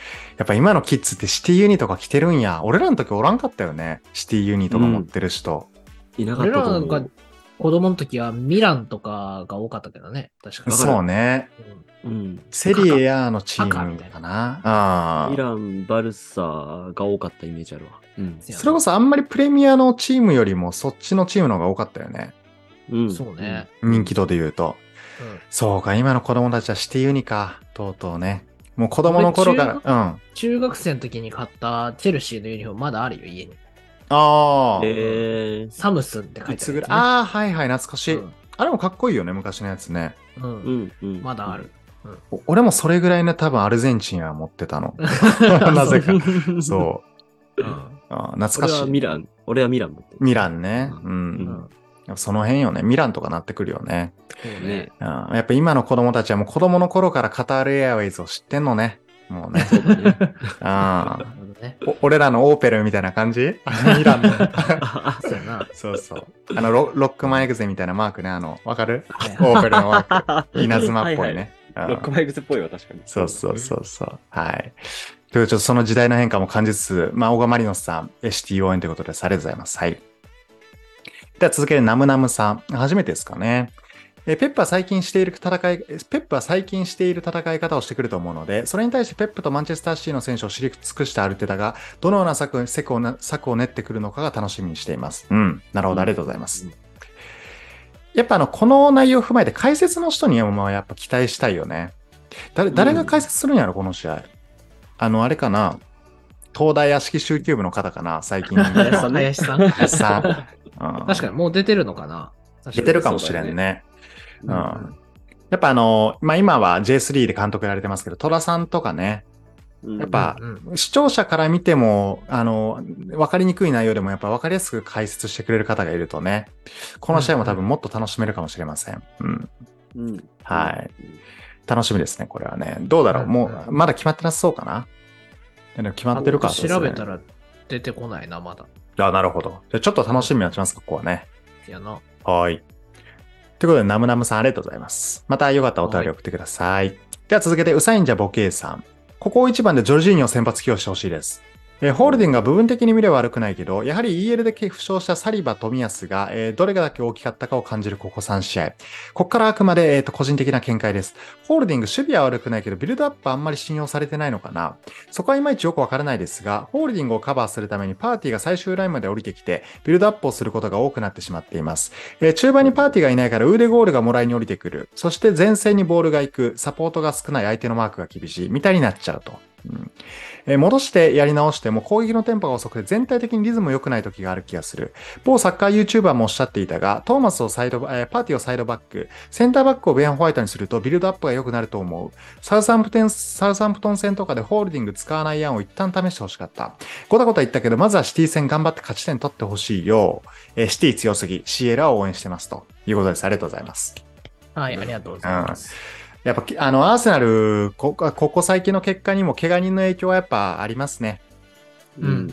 やっぱ今のキッズってシティユニとか着てるんや。俺らの時おらんかったよね。シティユニとか持ってる人。 うん、いなかったと思う。 俺らが子供の時はミランとかが多かったけどね。確かに。 そうね。 うん。 セリエ A のチームかな。あミラン、バルサが多かったイメージあるわ。 うん。それこそあんまりプレミアのチームよりもそっちのチームの方が多かったよね。 うん。そうね。 人気度で言うと。うん、そうか、今の子供たちはシティユニか。とうとうね。もう子供の頃から、うん。 中学生の時に買ったチェルシーのユニフォームまだあるよ、家に。 ああ。 えー、サムスンって書いてある、ね。いつぐらいああ、はいはい、懐かしい、うん。あれもかっこいいよね、昔のやつね。 うん。うんうん、まだある、 うん。俺もそれぐらいね、多分アルゼンチンは持ってたの。なぜか。そう。うん、あ懐かしい。俺はミラン。俺はミラン持ってる。 ミランね。うん。うんうん、その辺よね。ミランとかなってくるよね。 そうね。 うん、やっぱ今の子供たちはもう子供の頃からカタールエアウェイズを知ってんのね。もうね。そうだね。あお俺らのオーペルみたいな感じミランの。そうそう。あのロ、ロックマンエグゼみたいなマークね。あの、わかるオーペルのマーク。稲妻っぽいね。 はいはい、ロックマンエグゼっぽいわ、確かに。 そうそうそうそう。はい。というちょっとその時代の変化も感じつつ、まあ、オガマリノスさん、エシティ応援ということです。ありがとうございます。はい。では続けてナムナムさん。初めてですかね。えペップは最近している戦い、ペップは最近している戦い方をしてくると思うので、それに対してペップとマンチェスターシティの選手を知り尽くしたアルテタが、どのような策策を策を練ってくるのかが楽しみにしています。うん。なるほど、ありがとうございます。うん、やっぱあの、この内容を踏まえて解説の人にはやっぱ期待したいよね。誰、誰が解説するんやろ、この試合。あの、あれかな。東大屋敷集級部の方かな、最近。 林さん。 林さん。 うん、確かにもう出てるのかな。 出てるかもしれんね。うん、やっぱあの、まあ、今は ジェイスリー で監督やられてますけど、虎さんとかね、やっぱ、視聴者から見ても、あの、わかりにくい内容でもやっぱわかりやすく解説してくれる方がいるとね、この試合も多分もっと楽しめるかもしれません。うん。うん、はい。楽しみですね、これはね。どうだろう、もう、まだ決まってなさそうかな。でも決まってるか、 ね、調べたら出てこないな、まだ。 あ、なるほど。じゃあちょっと楽しみになっちゃいますか、ここはね。 いやな。 はい。ということで、ナムナムさんありがとうございます。またよかったらお便り送ってください。はい、では続けて、ウサインジャボケイさん。ここいちばんでジョルジーニョを先発起用してほしいです。えー、ホールディングが部分的に見れば悪くないけど、やはり イーエル で負傷したサリバ、冨安が、えー、どれがだけ大きかったかを感じるここさん試合。ここからあくまで、えー、と個人的な見解です。ホールディング、守備は悪くないけど、ビルドアップはあんまり信用されてないのかな。そこはいまいちよくわからないですが、ホールディングをカバーするためにパーティーが最終ラインまで降りてきて、ビルドアップをすることが多くなってしまっています。えー、中盤にパーティーがいないから、ウーデゴールがもらいに降りてくる。そして前線にボールが行く。サポートが少ない相手のマークが厳しい。みたいになっちゃうと。うんえー、戻してやり直しても攻撃のテンポが遅くて全体的にリズム良くない時がある気がする。某サッカー YouTuber もおっしゃっていたが、トーマスをサイド、えー、パーティーをサイドバック、センターバックをベンホワイトにするとビルドアップが良くなると思う。サウサンプトン、サウサンプトン戦とかでホールディング使わない案を一旦試してほしかった。ごたごた言ったけど、まずはシティ戦頑張って勝ち点取ってほしいよ。えー、シティ強すぎ、シエラを応援してますということです。ありがとうございます。 はい、ありがとうございます。 うんやっぱ、あの、アーセナルこ、ここ最近の結果にも怪我人の影響はやっぱありますね。 うん、うん。うん。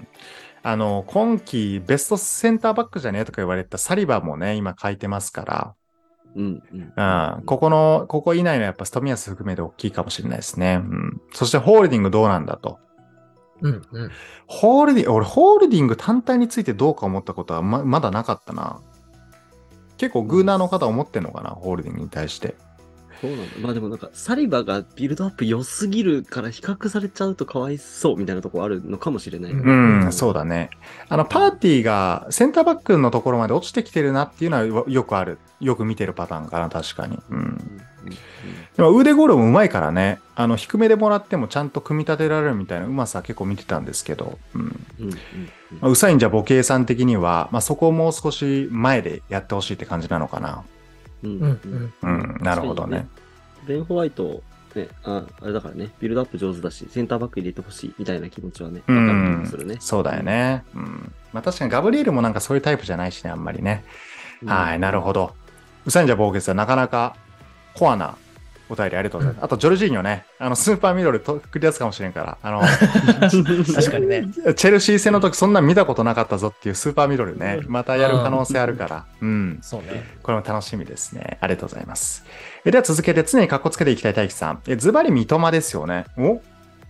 あの、今季ベストセンターバックじゃねえとか言われたサリバもね、今書いてますから。 うん、うん。 うん。ここの、ここ以内のやっぱストミヤス含めて大きいかもしれないですね。うん。そしてホールディングどうなんだと。 うん、うん。 ホールディング、俺ホールディング単体についてどうか思ったことはま、まだなかったな。結構グーナーの方思ってんのかな、ホールディングに対して。 そうなんだ。まあでもなんか、サリバがビルドアップ良すぎるから比較されちゃうとかわいそうみたいなところあるのかもしれない。 うん、そうだね。あの、パーティーがセンターバックのところまで落ちてきてるなっていうのはよくある。よく見てるパターンかな、確かに。うん。うんうんうん、でも腕ゴールもうまいからね。あの、低めでもらってもちゃんと組み立てられるみたいなうまさ結構見てたんですけど。うん。うんうんうんまあ、ウサインじゃボケイさん的には、まあそこをもう少し前でやってほしいって感じなのかな。 うんうんうん、なるほどね。 ベン・ホワイト、ね、あ、あれだからね、ビルドアップ上手だし、センターバック入れてほしいみたいな気持ちはね、わかる気もするね。 そうだよね。うん。まあ確かにガブリエルもなんかそういうタイプじゃないしね、あんまりね。うん、はい、なるほど。ウサインジャボーゲスはなかなかコアなお便りありがとうございます。うん、あと、ジョルジーニョね、あの、スーパーミドルと繰り出すかもしれんから、あの、 確かにね。 チェルシー戦の時そんな見たことなかったぞっていうスーパーミドルね、またやる可能性あるから、うん。 そうね。 これも楽しみですね。ありがとうございます。えでは続けて常にカッコつけていきたい大輝さん。え、ズバリ三笘ですよね。お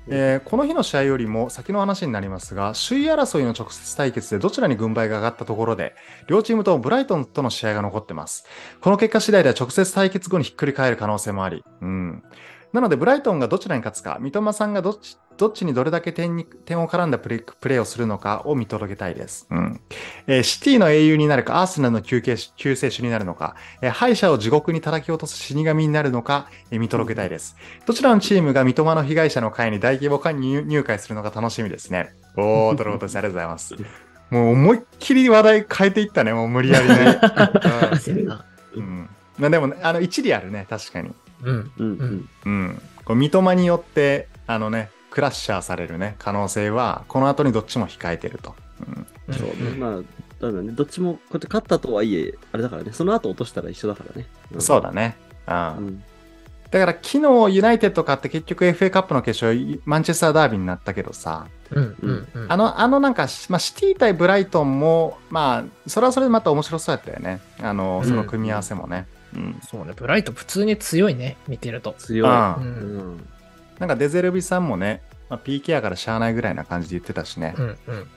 えー、この日の試合よりも先の話になりますが、首位争いの直接対決でどちらに軍配が上がったところで、両チームともブライトンとの試合が残ってます。この結果次第では直接対決後にひっくり返る可能性もあり、うん。なので、ブライトンがどちらに勝つか、三笘さんがどっち、どっちにどれだけ点に、点を絡んだプレー、プレーをするのかを見届けたいです。うん。えー、シティの英雄になるか、アーセナルの救世主救世主になるのか、えー、敗者を地獄に叩き落とす死神になるのか、えー、見届けたいです。どちらのチームが三笘の被害者の会に大規模化に入会するのか楽しみですね。おー、とることです。ありがとうございます。もう思いっきり話題変えていったね、もう無理やりね。うん。まあでも、ね、あの、一理あるね、確かに。 うんうんうん。こう三笘によってあのねクラッシャーされるね可能性はこの後にどっちも控えてると。 うん、そうね。まあだねどっちもこうやって勝ったとはいえあれだからね。その後落としたら一緒だからね。 うん、そうだね。あ、うん。だから昨日ユナイテッド勝って結局 エフエー カップの決勝マンチェスターダービーになったけどさ。 うんうんうん、 あのあのなんか、まあ、シティ対ブライトンもまあそれはそれでまた面白そうやったよね。あのその組み合わせもね。 うん、そうね、ブライト普通に強いね、見てると。 強い。うんうん、なんかデゼルビさんもね、まあ、ピーケー やからしゃあないぐらいな感じで言ってたしね。 うんうん。 うん、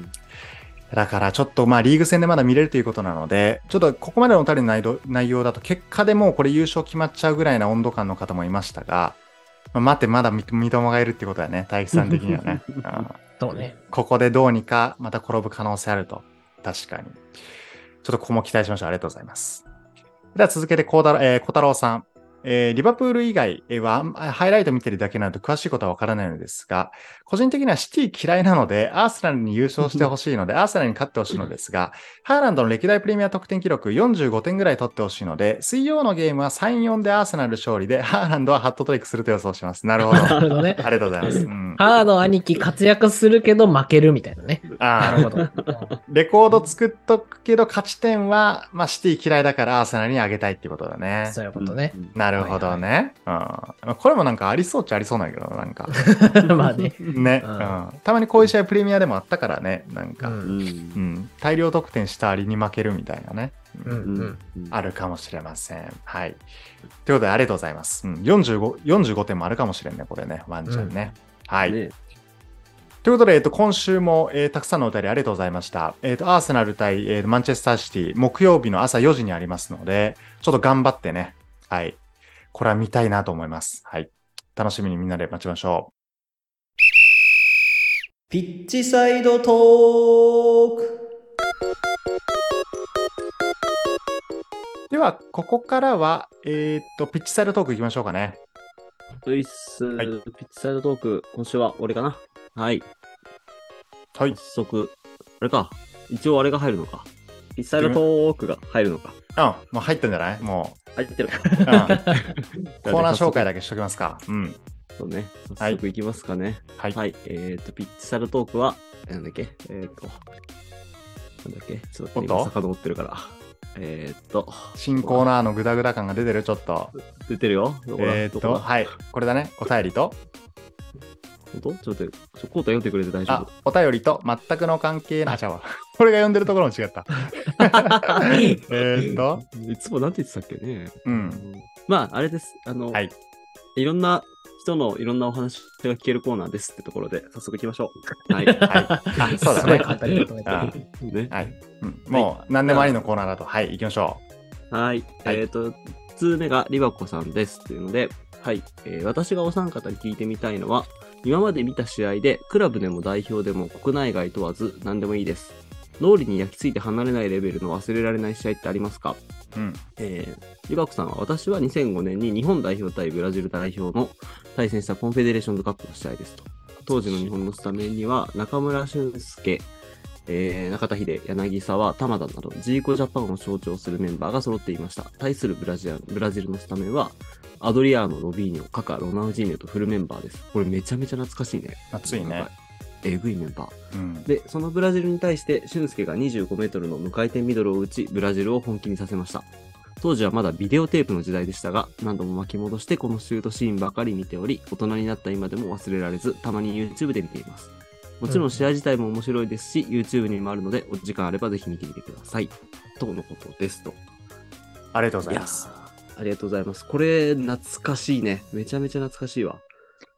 だからちょっとまあリーグ戦でまだ見れるということなので、ちょっとここまでのおたりの内容だと結果でもうこれ優勝決まっちゃうぐらいな温度感の方もいましたが、まあ、待ってまだ三笘がいるってことだね、大吉さん的にはね。うん、 そうね。 ここでどうにかまた転ぶ可能性あると。確かに。ちょっとここも期待しましょう。ありがとうございます。では続けて小太郎、えー、小太郎さん。えー、リバプール以外はハイライト見てるだけなので詳しいことはわからないのですが、個人的にはシティ嫌いなので、アーセナルに優勝してほしいので、アーセナルに勝ってほしいのですが、ハーランドの歴代プレミア得点記録よんじゅうごてんぐらい取ってほしいので、水曜のゲームはさんたいよんでアーセナル勝利で、ハーランドはハットトリックすると予想します。なるほど。なるほどね。ありがとうございます。うん、 ハード兄貴活躍するけど負けるみたいなね。 ああ、なるほど。レコード作っとくけど勝ち点は、まあシティ嫌いだからアーセナルに上げたいってことだね。 そういうことね。 なるほどね。はいはい、うん、これもなんかありそうっちゃありそうなんだけど、なんか。 まあね。 ね、うんうん。たまにこういう試合プレミアでもあったからね、なんか、うんうん、大量得点したアリに負けるみたいなね、うんうんうん、あるかもしれません。はい。ということでありがとうございます。うん、よんじゅうご、よんじゅうごてんもあるかもしれんね、これね、ワンチャンね。うん、はい。ね、ということで、えっと、今週も、えー、たくさんのお便りありがとうございました。えっと、アーセナル対、えー、マンチェスターシティ、木曜日の朝よじにありますので、ちょっと頑張ってね、はい。これは見たいなと思います。はい。楽しみにみんなで待ちましょう。 ピッチサイドトーク。 では、ここからは、えー、っと、ピッチサイドトークいきましょうかね。 ういっす、はい。ピッチサイドトーク、今週は俺かな。はい。 はい。 早速、あれか。一応あれが入るのか。ピッチサイドトークが入るのか。 うん、もう入ったんじゃないもう。 入ってるか。 うん、コーナー紹介だけしときますか。うん。 そうね。早速いきますかね。はい。はい、えっ、ー、と、ピッチサイドトークは、なんだっけえっ、ー、と、なんだっけちょっと今遡ってるから。えっ、ー、と。 新コーナーのグダグダ感が出てるちょっと。 出てるよ。 えっ、ー、と、はい。これだね。お便りと。 本当ちょっと、ちょ、コータ読んでくれて大丈夫？あ、 お便りと全くの関係な、あ、ちゃうわ。これが読んでるところも違った。えっと。 いつもなんて言ってたっけね。 うん。 まあ、あれです。あの、はい。いろんな人のいろんなお話が聞けるコーナーですってところで、早速行きましょう。はい。はい。あ、そうだね。簡単にまとめて。ね。はい。うん、もう、何でもありのコーナーだと。はい、行きましょう。はい。はい、えっ、ー、と、ひとつめがリバコさんです。というので、はい、えー。私がお三方に聞いてみたいのは、今まで見た試合で、クラブでも代表でも国内外問わず何でもいいです。脳裏に焼き付いて離れないレベルの忘れられない試合ってありますか？うん。えー、リバコさんは、私はにせんごねんに日本代表対ブラジル代表の対戦したコンフェデレーションズカップの試合ですと。当時の日本のスタメンには中村俊輔、えー、中田秀、柳沢、玉田などジーコジャパンを象徴するメンバーが揃っていました。対するブラジル、ブラジルのスタメンはアドリアーノ、ロビーニョ、カカ、ロナウジーニョとフルメンバーです。これめちゃめちゃ懐かしいね。 熱いね。 えぐいメンバー、うん、で、そのブラジルに対して俊輔がにじゅうごメートルの無回転ミドルを打ち、ブラジルを本気にさせました。当時はまだビデオテープの時代でしたが、何度も巻き戻してこのシュートシーンばかり見ており、大人になった今でも忘れられず、たまに YouTube で見ています。もちろん試合自体も面白いですし、うん、YouTube にもあるので、お時間あればぜひ見てみてください。とのことですと。 ありがとうございます。 ありがとうございます。これ、懐かしいね。めちゃめちゃ懐かしいわ。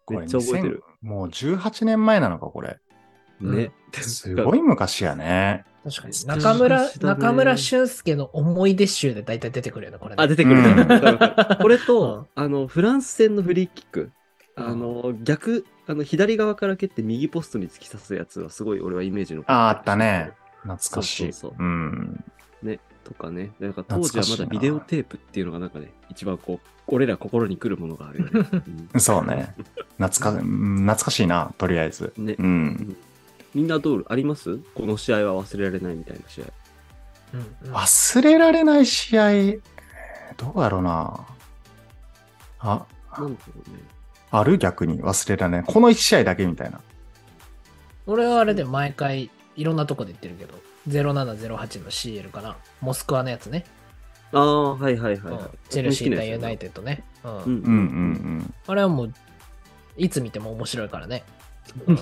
これめっちゃ覚えてる。 もうじゅうはちねんまえなのか、これ。 ね。 すごい昔やね。 確かに。中村、中村俊介の思い出集で大体出てくるよね、これ、ね。 あ、出てくる。 うん、 これと、あの、フランス戦のフリーキック。あの、逆、あの、左側から蹴って右ポストに突き刺すやつはすごい俺はイメージの。 あ、あったね。懐かしい。 そうそうそう。 うん。 ね。とかね。なんか当時はまだビデオテープっていうのがなんかね、一番こう、俺ら心に来るものがあるよね。 うん、そうね。懐か、懐かしいな、とりあえず。 ね。 うん。 みんなどうありますこの試合は忘れられないみたいな試合。 うんうん、 忘れられない試合、どうやろうな。あ、 なんだろうね。 ある逆に忘れられない。このいち試合だけみたいな。 俺はあれで毎回いろんなとこで言ってるけど、ゼロななゼロはちの シーエル かな。モスクワのやつね。 ああ、はいはいはい、はいうん。チェルシー対ユナイテッドね。うん。うんうんうん。 あれはもう、いつ見ても面白いからね。 うん、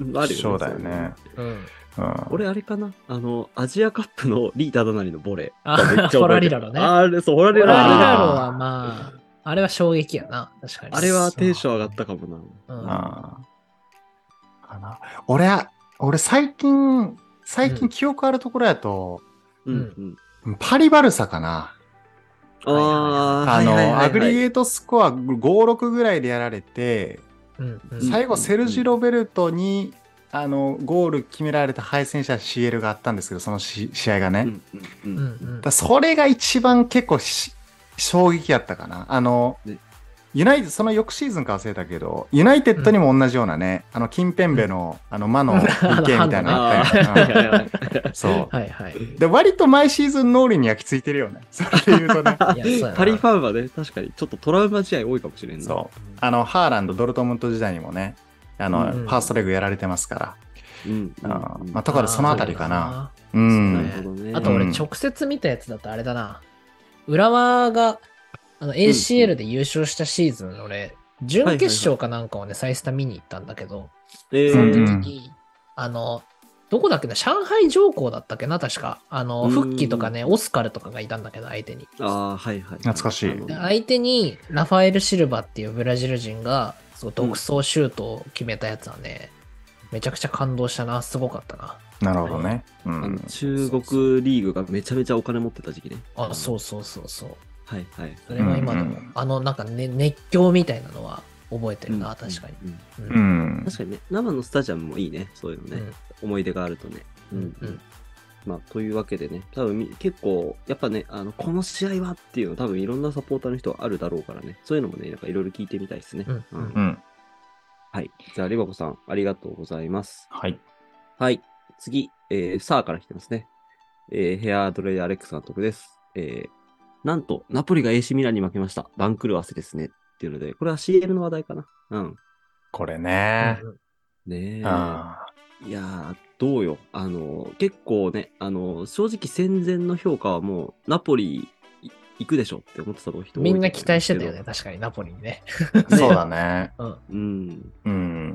あるよね。 そうだよね。 うん。 うん、 俺あれかなあの、アジアカップのリータ・ダナリのボレー。 あ、ホラリラロね。 あれ、そう、ホラリラロ。ホラリラロはあまあ、あれは衝撃やな。確かに。 あれはテンション上がったかもな。 うん、 あかな俺は、俺最近、最近記憶あるところやと、 うんうん、パリバルサかな。 ああ、 あの、 はいはいはいはい、 アグリゲートスコアご、ろくぐらいでやられて、 うんうん、 最後セルジ・ロベルトに、あのゴール決められた敗戦した シーエル があったんですけど、その試合がね、 うんうんうん、 だそれが一番結構衝撃やったかな。あの、ね、ユナイテッド、その翌シーズンか忘れたけど、ユナイテッドにも同じようなね、うん、あのキンペンベの、うん、あの魔の ピーケー みたいなのあったよ。そう。 はいはい。 で、割と毎シーズンノーリーに焼き付いてるよね。それで言うとね。 パリファンはね、確かにちょっとトラウマ試合多いかもしれんない。 そう。あの、ハーランド、ドルトムント時代にもね、あの、うん、ファーストレグやられてますから。うん。うん、あまあ、とかでそのあたりかな。うん。 なるほどね。あと俺直接見たやつだとあれだな。浦和が、あの エーシーエル で優勝したシーズン、俺、準決勝かなんかをね、サイスタ見に行ったんだけど、その時に、あの、どこだっけな、上海上皇だったっけな、確か。あの、フッキーとかね、オスカルとかがいたんだけど、相手に。 ああ、はいはい。 懐かしい。 相手に、ラファエル・シルバっていうブラジル人が、そう独走シュートを決めたやつはね、うん、めちゃくちゃ感動したな、すごかったな。 なるほどね。 うん、あの中国リーグがめちゃめちゃお金持ってた時期ね。 あ、そうそうそうそう。 はいはい。 それは今でも、うんうん、あの、なんかね、熱狂みたいなのは覚えてるな、うん、確かに、 うんうん。 確かにね、生のスタジアムもいいね、そういうのね。うん、思い出があるとね。うんうん。まあ、というわけでね、多分結構、やっぱね、あの、この試合はっていうの多分いろんなサポーターの人はあるだろうからね、そういうのもね、なんかいろいろ聞いてみたいですね。 うん。うんうん、 はい。じゃあ、リバコさん、ありがとうございます。 はい。 はい。次、えー、サーから来てますね。えー、ヘアドレイ・アレックス監督です。えー、なんと、ナポリが エーシー ミランに負けました。番狂わせですね。っていうので、これは シーエル の話題かな。うん。 これね。 ねえ。いやー、どうよ。あの、結構ね、あの、正直戦前の評価はもう、ナポリ行くでしょって思ってた人多いと思う。 みんな期待してたよね、確かに、ナポリにね。 そうだね。 うん。 うん。 うん。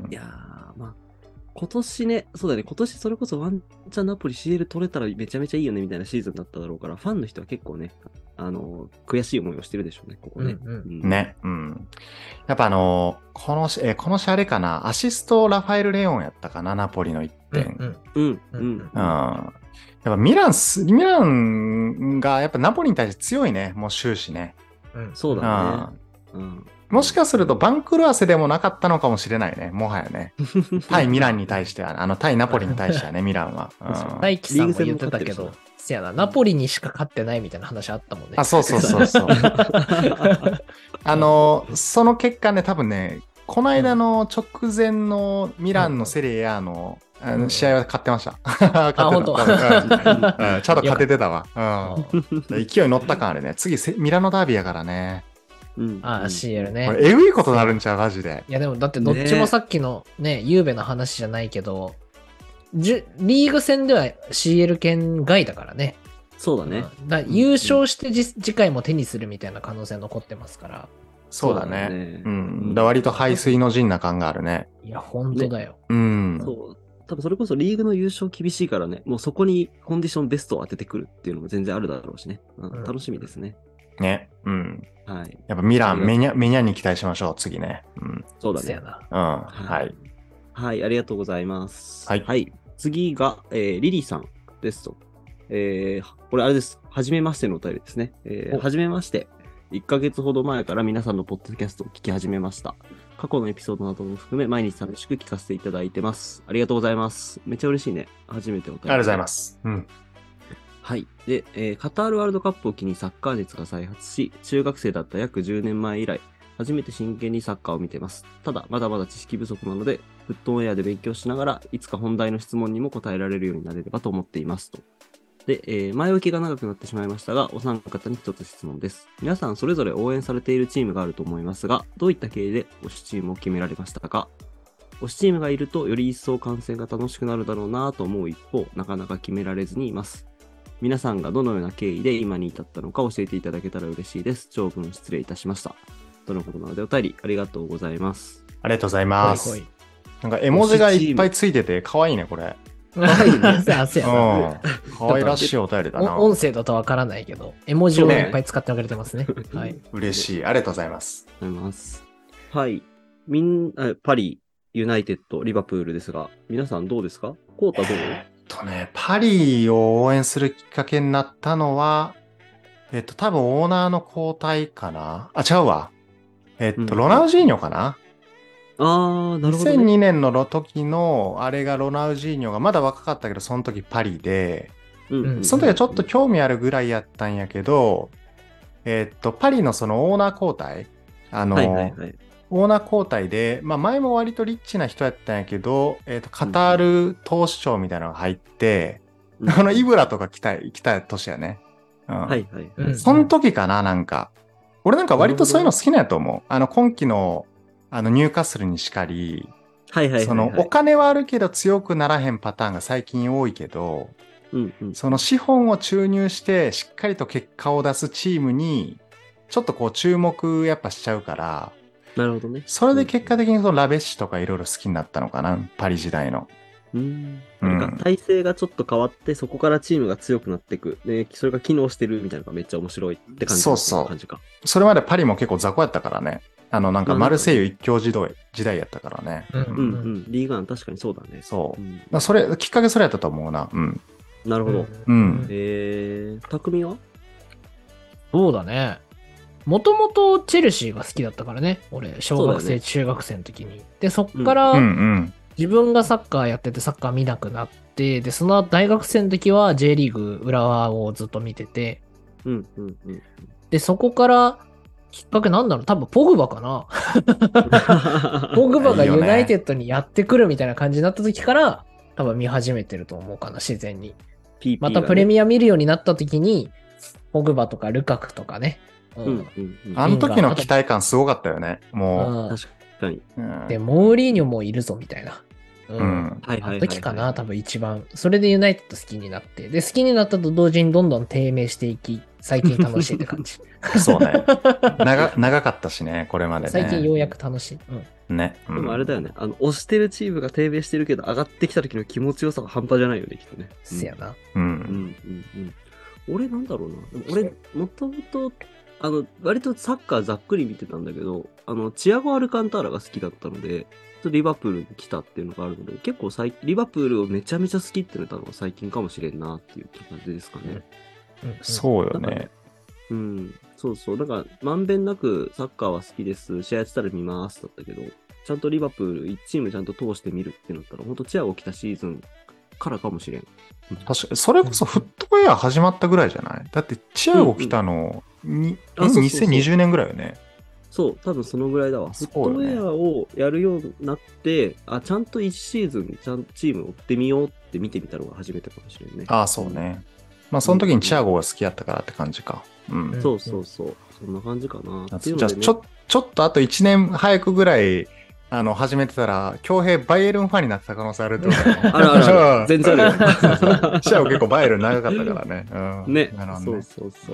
いやー、まあ、今年ね、そうだね、今年それこそワンチャンナポリ シーエル 取れたらめちゃめちゃいいよねみたいなシーズンだっただろうから、ファンの人は結構ね、あの、悔しい思いをしてるでしょうね、ここね。 うんうんうん、 ね。うん。やっぱあの、この、えー、この試合あれかな、アシストラファエル・レオンやったかな、ナポリのいってん。 うん。うん。うん。 うん。やっぱミランス、ミランがやっぱナポリに対して強いね、もう終始ね。 うん、そうだね。うん。うんもしかすると番狂わせでもなかったのかもしれないね。もはやね。対ミランに対しては、あの対ナポリに対してはね、ミランは。 大輝さんも言ってたけど、せやな、ナポリにしか勝ってないみたいな話あったもんね。 あ、そうそうそうそう。あの、その結果ね、多分ね、この間の直前のミランのセリエの、あの試合は勝ってました。 あ、本当。 ちゃんと勝ててたわ。うん、勢い乗った感あるね。次、ミラノダービーやからね。 うん、ああ、シーエル ね。 これ、えぐいことなるんちゃうマジで。 いや、でも、だって、どっちもさっきのね、ゆうべの話じゃないけど、じリーグ戦では シーエル 圏外だからね。 そうだね。 うん、だ優勝してじ、うん、次回も手にするみたいな可能性残ってますから。 そうだね。うだねうん。だ割と排水の陣な感があるね。 いや、本当だよ。 ね、うん。 そう。多分それこそリーグの優勝厳しいからね、もうそこにコンディションベストを当ててくるっていうのも全然あるだろうしね。うん、楽しみですね。 ね。うん。 はい。 やっぱミラン、メニャ、メニャンに期待しましょう、次ね。うん。 そうだね。 そうやな。 うん。はい。 はい、ありがとうございます。 はい。 はい、次が、えー、リリーさんですと。えー、これあれです。はじめましてのお便りですね。えー、はじめまして。いっかげつほど前から皆さんのポッドキャストを聞き始めました。過去のエピソードなども含め毎日楽しく聞かせていただいてます。ありがとうございます。めっちゃ嬉しいね。初めてお便り。 ありがとうございます。うん。 はい。で、えー、カタールワールドカップを機にサッカー熱が再発し、中学生だった約じゅうねんまえ以来、初めて真剣にサッカーを見てます。ただ、まだまだ知識不足なので、フットオンエアで勉強しながら、いつか本題の質問にも答えられるようになれればと思っていますと。で、えー、前置きが長くなってしまいましたが、お三方に一つ質問です。皆さんそれぞれ応援されているチームがあると思いますが、どういった経緯で推しチームを決められましたか？推しチームがいるとより一層観戦が楽しくなるだろうなと思う一方、なかなか決められずにいます。皆さんがどのような経緯で今に至ったのか教えていただけたら嬉しいです。長文失礼いたしました。とのことなのでお便りありがとうございます。 ありがとうございます。ほいほい、なんか絵文字がいっぱいついてて可愛いね、これ。 可愛いね。そうやな。可愛らしいお便りだな。 音声だとわからないけど、絵文字をいっぱい使ってくれてますね。はい。 嬉しい。ありがとうございます。 ありがとうございます。はい。みんな、パリ、ユナイテッド、リバプールですが、皆さんどうですか？コータどう？ えー、っとね、パリを応援するきっかけになったのは、えっと、多分オーナーの交代かなあ、違うわ。えっと、うん、ロナウジーニョかなああ、なるほど、ね。 にせんにねんの時の、あれがロナウジーニョがまだ若かったけど、その時パリで、うん、その時はちょっと興味あるぐらいやったんやけど、えっと、パリのそのオーナー交代、あの、はいはいはい、オーナー交代で、まあ前も割とリッチな人やったんやけど、えっと、カタール投手長みたいなのが入って、うん、あの、イブラとか来た、来た年やね。うん。はいはいはい。その時かな、なんか。俺なんか割とそういうの好きなんやと思う。あの、今季の、あの、ニューカッスルにしかり、はいはいはいはい、その、お金はあるけど強くならへんパターンが最近多いけど、うんうん、その資本を注入してしっかりと結果を出すチームに、ちょっとこう注目やっぱしちゃうから、 なるほどね。 それで結果的にそのラベッシュとかいろいろ好きになったのかな、パリ時代の。 うん。なんか体制がちょっと変わって、そこからチームが強くなっていく。で、それが機能してるみたいなのがめっちゃ面白いって感じそうそう。感じか。それまでパリも結構雑魚やったからね。あの、なんかマルセイユ一強時代時代やったからね。 うんうんうん。リーガン確かにそうだね。 そう。うん、それ、きっかけそれやったと思うな。うん。 なるほど。 うん。 えー、匠は？ そうだね。もともとチェルシーが好きだったからね。俺、小学生、ね、中学生の時に。で、そっから、うんうんうん自分がサッカーやっててサッカー見なくなって、で、その大学生の時は J リーグ浦和をずっと見てて、 うんうんうん、 で、そこからきっかけなんだろう多分ポグバかなポグバがユナイテッドにやってくるみたいな感じになった時から、多分見始めてると思うかな、自然に。ピーピーね、またプレミア見るようになった時に、ポグバとかルカクとかね。 うんうんうん、あの時の期待感すごかったよね。もう。 確かに。 で、モーリーニョもいるぞみたいな。うん。あの時かな、多分一番。それでユナイテッド好きになって。で、好きになったと同時にどんどん低迷していき、最近楽しいって感じ。 そうね。長、長かったしね、これまでね。 最近ようやく楽しい。 うん。ね。 うん、でもあれだよね。あの、推してるチームが低迷してるけど、上がってきた時の気持ちよさが半端じゃないよね、きっとね。 せやな。 うん。うんうんうん俺なんだろうな。俺、もともと、あの、割とサッカーざっくり見てたんだけど、あの、チアゴ・アルカンターラが好きだったので、リバプールに来たっていうのがあるので、結構最リバプールをめちゃめちゃ好きってなったのが最近かもしれんなっていう感じですかね。 うん、そうよね。 うん、そうそう。だから、まんべんなくサッカーは好きです。試合やってたら見ますだったけど、ちゃんとリバプールいちチームちゃんと通して見るってなったら、本当チアゴ来たシーズンからかもしれん。 確かに、それこそフットウェア始まったぐらいじゃない？だってチアゴ来たのに、うんうん、にせんにじゅうねんぐらいよね。 そう、多分そのぐらいだわ。ね、フットウェアをやるようになって、あ、ちゃんといちシーズン、ちゃんとチームを追ってみようって見てみたのが初めてかもしれないね。 ああ、そうね。まあ、その時にチアゴが好きやったからって感じか。うん。 うん、そうそうそう。そんな感じかな。 じゃあ、ちょ、ちょっとあといちねん早くぐらい、あの、始めてたら、恭平バイエルンファンになってた可能性あるってことだね。 あるあるある。全然あるよ。 そうそう。チアゴ結構バイエルン長かったからね。うん。 ね。なるほどね。そうそうそう。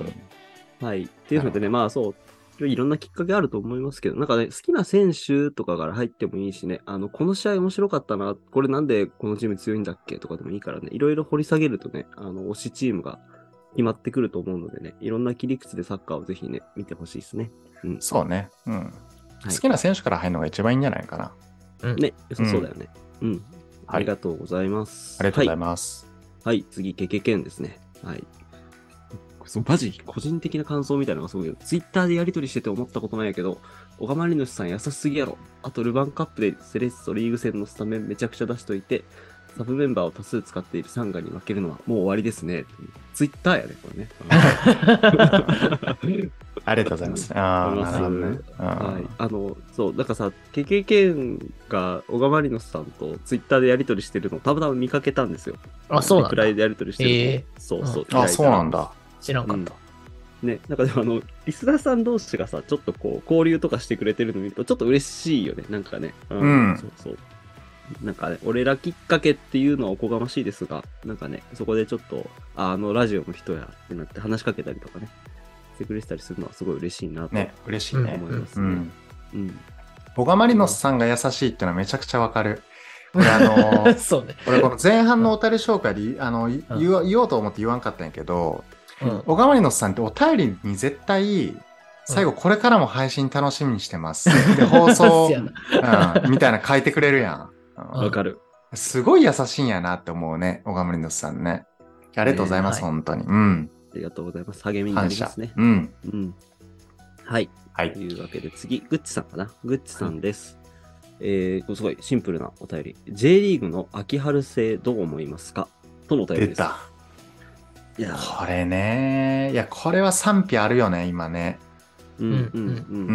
はい。っていうのでね、まあそう。いろんなきっかけあると思いますけど、なんかね、好きな選手とかから入ってもいいしね、あの、この試合面白かったな、これなんでこのチーム強いんだっけとかでもいいからね、いろいろ掘り下げるとね、あの、推しチームが決まってくると思うのでね、いろんな切り口でサッカーをぜひね、見てほしいですね。うん、 そうね。うん。 はい、 好きな選手から入るのが一番いいんじゃないかな。 うん、ね、良さそうだよね。うん。うん、ありがとうございます。 ありがとうございます。 はい、はい、次、ケケケンですね。はい。マジ、個人的な感想みたいなのがすごいけど、ツイッターでやり取りしてて思ったことないけど、小川マリノスさん優しすぎやろ。あと、ルヴァンカップでセレッソリーグ戦のスタメンめちゃくちゃ出しといて、サブメンバーを多数使っているサンガに負けるのはもう終わりですね。ツイッターやね、これね。 ありがとうございます。ああ、なるほどね。 はい。あの、そう、なんかさ、ケケケンが小川マリノスさんとツイッターでやり取りしてるのをたまたま見かけたんですよ。 あ、そうなんだ。 リプライでやり取りしてるの。 えー、 そうそう。 あ、そうなんだ。 知らんかった。 うん、ね、なんかでもあの、リスナーさん同士がさ、ちょっとこう、交流とかしてくれてるの見ると、ちょっと嬉しいよね、なんかね。うん。うん、そうそう。なんかね、俺らきっかけっていうのはおこがましいですが、なんかね、そこでちょっと、あのラジオの人やってなって話しかけたりとかね、してくれてたりするのはすごい嬉しいなと。 ね、嬉しいね。 思いますね。うん。うん。 小川マリノスさんが優しいっていうのはめちゃくちゃわかる。俺あのー、 そうね。 俺この前半のお便り紹介で、あの、言おう、言おうと思って言わんかったんやけど、うん、小川マリノスさんってお便りに絶対、最後これからも配信楽しみにしてます。で、放送、うん、みたいな書いてくれるやん。 わ、うん、かる。 すごい優しいんやなって思うね、小川マリノスさんね。ありがとうございます、ね、本当に。うん。 ありがとうございます。励みになりますね。 うん。 うん。はい。 はい。 というわけで次、グッチさんかな。グッチさんです。はい、えー、すごいシンプルなお便り。J リーグの秋春制どう思いますかとのお便りです。 出た。 いやこれね。いや、これは賛否あるよね、今ね。 うんうんうん。うん。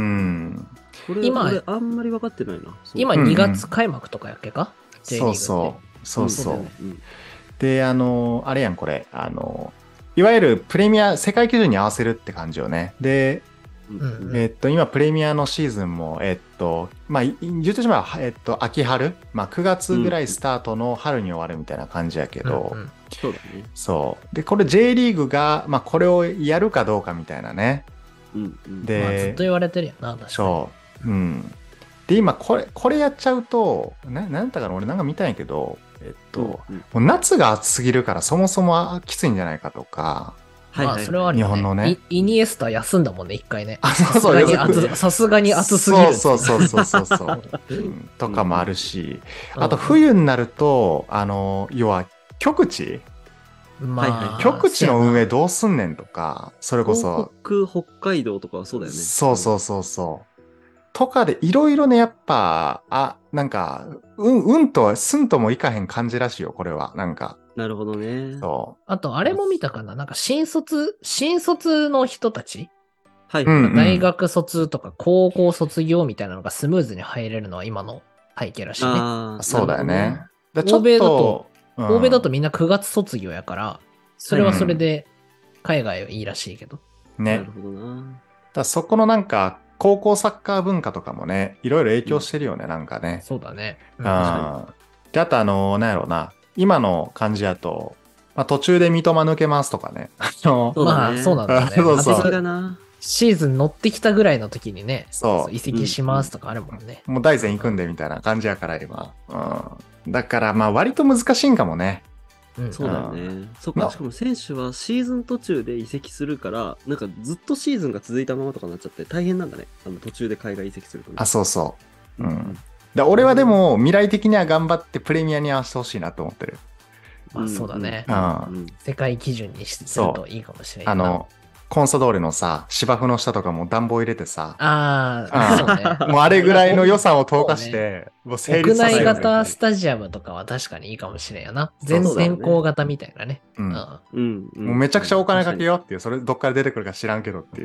これ今俺あんまり分かってないな。 今にがつ開幕とかやっけか、 うん、そうそうそうそう、うん、であのあれやんこれあのいわゆるプレミア世界基準に合わせるって感じよね。で、うん、えっと今プレミアのシーズンもえっとまあ言ってしまえば、えっと、秋春、まあ、くがつぐらいスタートの春に終わるみたいな感じやけど、 うんうん、そうだね。 そうでこれ J リーグが、まあ、これをやるかどうかみたいなね。 うんうん、 で、まあ、ずっと言われてるよな。 そう、うん、で今これこれやっちゃうとななんだかな俺なんか見たんやけどえっと、うんうん、もう夏が暑すぎるからそもそもきついんじゃないかとか。 はい、まあそれはあるよね。日本のねイニエスタ休んだもんね一回ね。 あそうそうさすがに暑すぎる。 そうそうそうそうそう、うん、とかもあるし、うん、あと冬になるとあの要は極地。まあ、極地の運営どうすんねんとか、それこそ。 東北、北海道とかはそうだよね。 そうそうそうそう。とかでいろいろね、やっぱ、あ、なんか、うん、うんと、すんともいかへん感じらしいよ、これは。なんか。 なるほどね。 そう。 あと、あれも見たかななんか、新卒、新卒の人たちはい。 大学卒とか高校卒業みたいなのがスムーズに入れるのは今の背景らしいね。 ああ、そうだよね。 だ欧米だと、うん、欧米だとみんなくがつ卒業やから、それはそれで海外はいいらしいけど。 うん、ね。 なるほどな。 だそこのなんか、高校サッカー文化とかもね、いろいろ影響してるよね、うん、なんかね。 そうだね。 うん。で、あとあの、なんやろうな、今の感じやと、まあ、途中で三笘抜けますとかね。あのそうだね、まあ、そうなんだね。 そうそう。 シーズン乗ってきたぐらいの時にね、そう移籍しますとかあるもんね。 うん、もう大然行くんでみたいな感じやから今。うん、だからまあ割と難しいんかもね。 うん、そうだよね。そっか、しかも選手はシーズン途中で移籍するから、なんかずっとシーズンが続いたままとかになっちゃって大変なんだね。あの途中で海外移籍すると、ね。 あ、そうそう。うん。だ俺はでも未来的には頑張ってプレミアに合わせてほしいなと思ってる。 まあそうだね。 うん。 世界基準にするといいかもしれない。 あの、コンサドーレのさ、芝生の下とかも暖房入れてさ。 ああ、そうね。 もうあれぐらいの予算を投下して、もう成立させる。屋内型スタジアムとかは確かにいいかもしれんよな。全天候型みたいなね。 うん。うん。もうめちゃくちゃお金かけようっていう、それどっから出てくるか知らんけどっていう。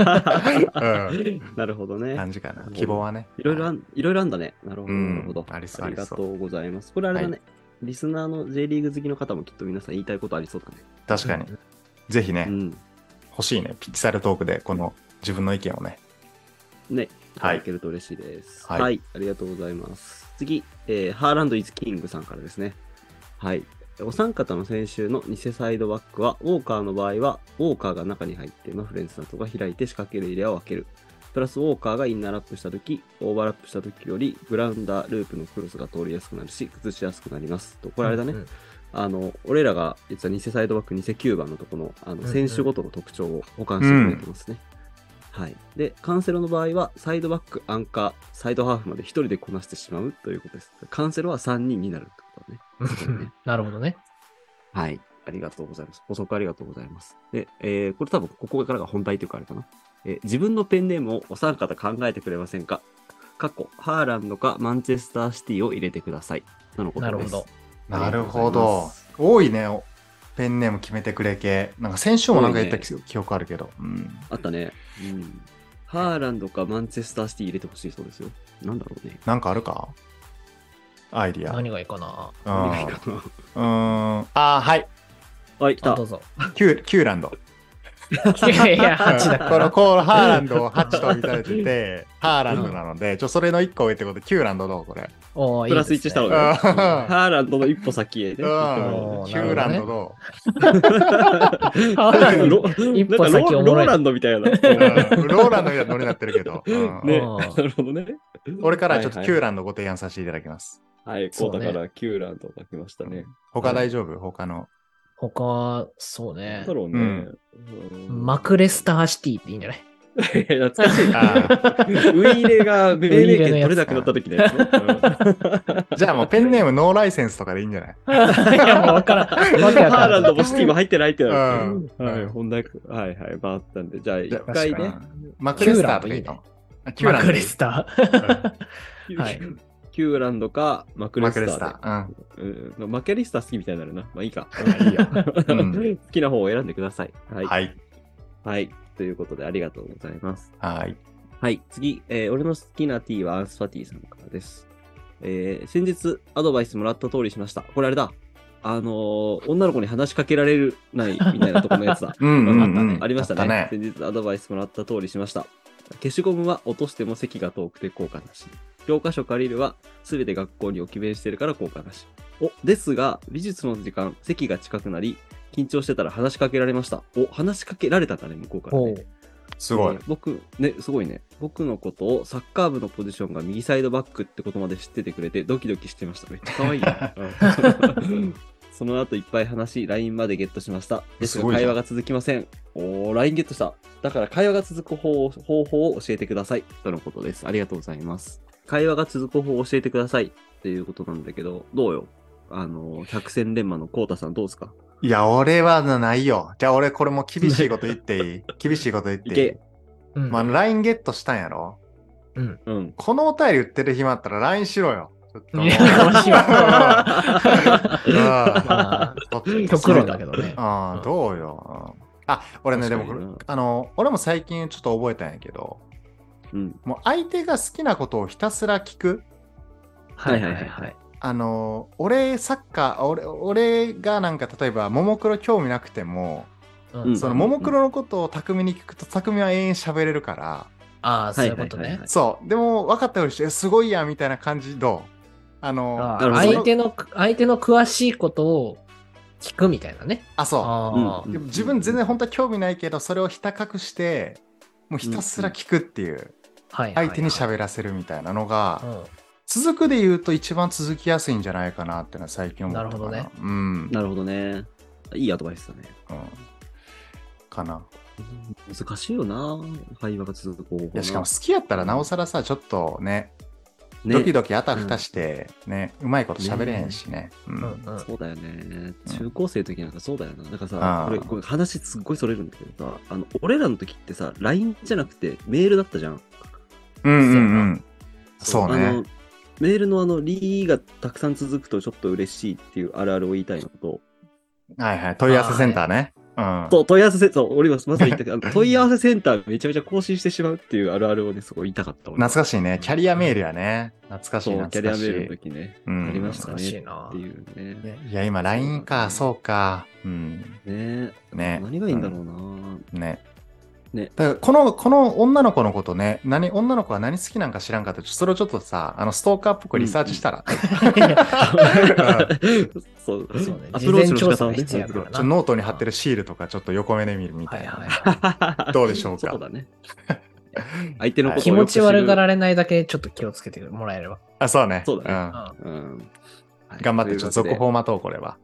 なるほどね。 感じかな。希望はね。 いろいろあん、いろいろあんだね。なるほど。なるほど。ありそう。ありがとうございます。これあれだね。リスナーの J リーグ好きの方もきっと皆さん言いたいことありそうだね。 確かに。ぜひね。欲しいね。ピッチサイドトークでこの自分の意見をね。 ね。いただけると嬉しいです。はい。はい、ありがとうございます。次、えー、ハーランドイズキングさんからですね。はい。お三方の先週の偽サイドバックは、ウォーカーの場合は、ウォーカーが中に入って、マフレンスなどが開いて仕掛けるエリアを分ける。プラスウォーカーがインナーラップしたとき、オーバーラップしたときより、グラウンダー、ループのクロスが通りやすくなるし、崩しやすくなります。とこれあれだね。うんうん、 あの、俺らが実は偽サイドバック、偽きゅうばんのとこの、あの、選手ごとの特徴を保管してくれてますね。うん、はい。で、カンセロの場合は、サイドバック、アンカー、サイドハーフまでひとりでこなしてしまうということです。カンセロはさんにんになるってことだね。ねなるほどね。 はい。ありがとうございます。補足ありがとうございます。で、えー、これ多分ここからが本題というかあれかな。えー、自分のペンネームをお三方考えてくれませんか？過去、ハーランドかマンチェスターシティを入れてください。とのことです。 なるほど。 なるほど。多いね。ペンネーム決めてくれ系。なんか先週もなんか言った、ね、記憶あるけど。うん、 あったね。うん。ハーランドかマンチェスターシティ入れてほしいそうですよ。なんだろうね。 なんかあるか？アイディア。 何がいいかな。 何がいいかな。うーん。あー、はい。 はい、来た。 どうぞ。 キュー、キューランド。 いやいや、はちだから。 このコール、ハーランドをはちと見されてて、ハーランドなので、ちょ、それのいっこ上ってことで、キューランドどうこれ。 おプラスいちしたのね。ハーランドの一歩先へね。キューランドどう一歩先をローランドみたいな。ローランドみたいなノリになってるけど。 ね、なるほどね。 俺からちょっとキューランドご提案させていただきます。 はい、こうだからキューランドが来ましたね。 他大丈夫？他の。 他は、そうね。 だろうね。 マクレスターシティっていいんじゃない？ 懐かしいな。ウイイレが命名権取れなくなった時ね。 じゃあもうペンネームノーライセンスとかでいいんじゃない？ いやもう分からん。ハーランドもシティも入ってないってなる。はい、本題、はいはい、回ったんで。じゃあ一回ね。 マクレスターとかいいの？ マクレスター。はい。 キューランドかマクレスター。マクレスター。 うん。マキャリスター好きみたいになるな。まあいいか。 いいよ。 好きな方を選んでください。はい。 はい。 はい。ということでありがとうございます。 はい。 はい。次、えー、俺の好きな T はアンスファティさんからです。えー、先日アドバイスもらった通りしました。これあれだ。あのー、女の子に話しかけられるないみたいなところのやつだ。 うんうん、うん、 あったね。ありましたね。 ね先日アドバイスもらった通りしました。消しゴムは落としても席が遠くて効果なし。教科書借りるは全て学校に置き弁してるから効果なし。お、ですが、美術の時間、席が近くなり、緊張してたら話しかけられました。お、話しかけられたんだね、向こうからね。 すごい、えー。 僕、ね、すごいね。僕のことをサッカー部のポジションが右サイドバックってことまで知っててくれてドキドキしてました。めっちゃ可愛いな。その後いっぱい話し、ライン までゲットしました。ですが会話が続きません。おー、ライン ゲットした。だから会話が続く方方法を教えてください。とのことです。ありがとうございます。会話が続く方法を教えてくださいっていうことなんだけど、どうよ？あの、百戦錬磨のコウタさんどうですか？ いや、俺はないよ。じゃあ俺これも厳しいこと言っていい？厳しいこと言っていい？いけ。うん、まあ、ライン ゲットしたんやろ？ うん。 うん。このお便り売ってる暇あったら ライン しろよ。ちょっと。いや、 欲しいわ。極論だけどね。 ああ、どうよ。あ、俺ね、でも、あの、俺も最近ちょっと覚えたんやけど、うん、もう相手が好きなことをひたすら聞く。 はいはいはいはい。 あの、俺、サッカー、俺、俺がなんか例えば、ももクロ興味なくても、うん、そのももクロのことを匠に聞くと、匠は永遠喋れるから。 ああ、そういうことね。 そう。でも、分かったようにして、すごいや、みたいな感じ、どう？あの、 あ相手の、相手の詳しいことを聞くみたいなね。 あ、そう。あでも自分全然本当は興味ないけど、それをひた隠して、もうひたすら聞くっていう、相手に喋らせるみたいなのが、続くで言うと一番続きやすいんじゃないかなっていうのは最近思ったかな。 なるほどね。 うん。 なるほどね。いいアドバイスだね。 うん。かな。 難しいよな、会話が続く方法。いや、しかも好きやったらなおさらさ、ちょっとね、ねドキドキあたふたしてね、うん、うまいこと喋れへんしね。 うんうん、そうだよね。中高生の時なんかそうだよな。なんかさ、これ、これ話すっごいそれるんだけどさ、あの、俺らの時ってさ、ライン じゃなくてメールだったじゃん。 うんうんうん。そうね。 あのメールのあの、リーがたくさん続くとちょっと嬉しいっていうあるあるを言いたいのと。 はいはい。問い合わせセンターね。うん、 そう、問い合わせセンター、そう、俺はまさに言ったけど、問い合わせセンターめちゃめちゃ更新してしまうっていうあるあるをね、すごい言いたかった。 懐かしいね。キャリアメールやね。懐かしいな。 キャリアメールの時ね。 うん、 ありましたね。 懐かしいな。 っていうね。 いや、今 ライン か、そうか。うん。 ねね。 何がいいんだろうな。 うん、ね。 ね。 だからこの、この女の子のことね、何、女の子は何好きなんか知らんかった。それをちょっとさ、あの、ストーカーっぽくリサーチしたら。 そう、 そうね。アプローチの仕方を必要やからな。 ノートに貼ってるシールとかちょっと横目で見るみたいな。どうでしょうか。 そうだね。相手のことを気持ち悪がられないだけちょっと気をつけてもらえれば。 あ、そうね。 そうだね。 うん。頑張ってちょっと続報待とう、これは。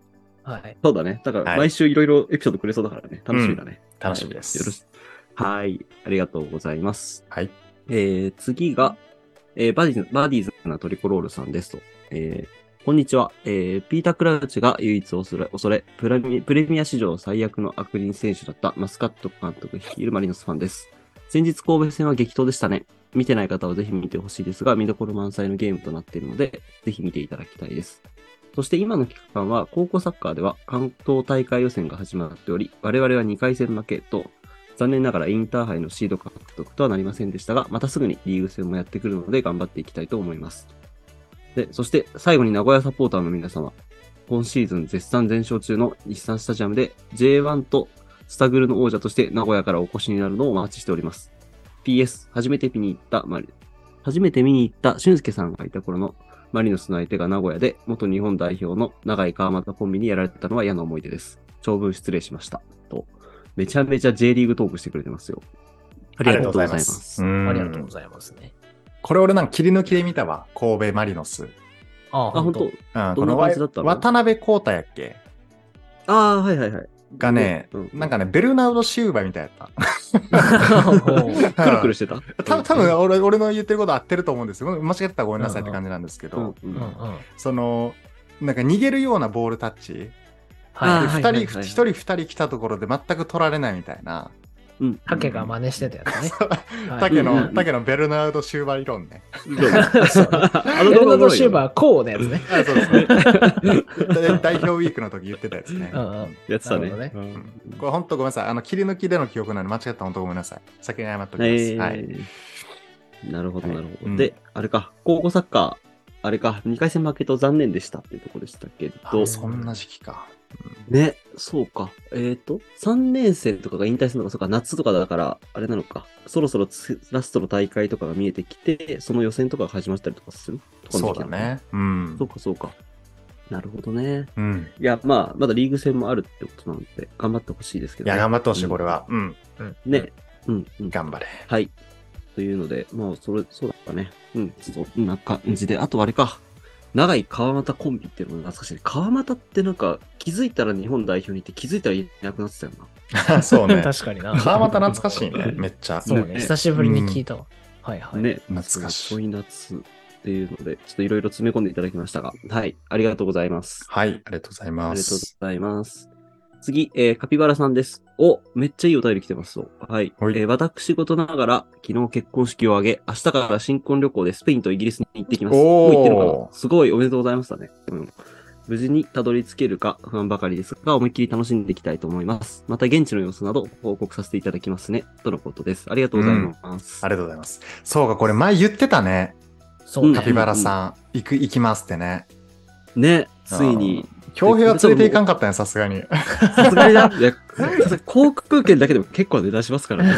はい。 そうだね。だから毎週いろいろエピソードくれそうだからね。楽しみだね。 うん、楽しみです。 よろしはい。ありがとうございます。 はい。 えー、次が、えー、バディーズ、バディーズなトリコロールさんですと。えー、こんにちは。えー、ピーター・クラウチが唯一恐れ、恐れプレミ、プレミア史上最悪の悪人選手だったマスカット監督率いるマリノスファンです。先日神戸戦は激闘でしたね。見てない方はぜひ見てほしいですが、見どころ満載のゲームとなっているので、ぜひ見ていただきたいです。そして今の期間は高校サッカーでは関東大会予選が始まっており、我々はにかい戦負けと、残念ながらインターハイのシード獲得とはなりませんでしたが、またすぐにリーグ戦もやってくるので頑張っていきたいと思います。で、そして最後に名古屋サポーターの皆様、今シーズン絶賛全勝中の日産スタジアムで ジェイワン とスタグルの王者として名古屋からお越しになるのをお待ちしております。ピーエス、初めて見に行った、まあ、初めて見に行った俊介さんがいた頃のマリノスの相手が名古屋で元日本代表の長井川又コンビにやられてたのは嫌な思い出です。長文失礼しました。と、めちゃめちゃ J リーグトークしてくれてますよ。ありがとうございます。 ありがとうございますね。 これ俺なんか切り抜きで見たわ。神戸マリノス。 ああ、本当。うん、 この渡辺浩太やっけ？ ああ、はいはいはい。 がね、うん、なんかね、ベルナウド・シウバみたいやった。 くるくるしてたた多分俺、俺の言ってること合ってると思うんですよ。間違ってたらごめんなさいって感じなんですけど、その、なんか逃げるようなボールタッチ。はい。二人、一人二人来たところで全く取られないみたいな。 うん。竹が真似してたやつね。 竹の、竹のベルナウド・シューバー理論ね。 ベルナウド・シューバーはこうのやつね。 そうですね。代表ウィークの時言ってたやつね。 やってたね。 これ本当ごめんなさい。あの、切り抜きでの記憶なので間違ったら本当ごめんなさい。先に謝っておきます。はい。 なるほど、なるほど。で、あれか、高校サッカー、あれか、にかい戦負けと残念でしたっていうところでしたけど。 そんな時期か。 ね、そうか。えっ、ー、と、さんねん生とかが引退するのが、そうか、夏とかだから、あれなのか。そろそろラストの大会とかが見えてきて、その予選とかが始まったりとかするそうだね。うん。 そうか、そうか。なるほどね。 うん。 いや、まあ、まだリーグ戦もあるってことなので、頑張ってほしいですけど、 ね。いや、頑張ってほしい、これは。うん。 うん、ね。うん、うん。 頑張れ。 はい。というので、まあ、それ、そうだったね。うん。そんな感じで、あとあれか。長井川又コンビっていうのも懐かしい。川又ってなんか気づいたら日本代表にいて気づいたらいなくなってたよな。そうね。 確かにな。 川又懐かしいね。めっちゃ。 そうね。久しぶりに聞いたわ。はいはい。 ね。 懐かしい。 そういう夏っていうので、ちょっといろいろ詰め込んでいただきましたが。はい。ありがとうございます。 はい。ありがとうございます。 ありがとうございます。次、えー、カピバラさんです。お、めっちゃいいお便り来てます。はい。はい、えー、私事ながら、昨日結婚式を挙げ、明日から新婚旅行でスペインとイギリスに行ってきます。おー。行ってるかな？すごい、おめでとうございましたね。うん。無事にたどり着けるか不安ばかりですが、思いっきり楽しんでいきたいと思います。また現地の様子など報告させていただきますね。とのことです。ありがとうございます。 うん、ありがとうございます。そうか、これ前言ってたね。そうね。カピバラさん、うん、行く、行きますってね。 ね、ついに。 恭平は連れて行かんかったね、さすがに。 さすがにな。いや、航空券だけでも結構値段しますからね。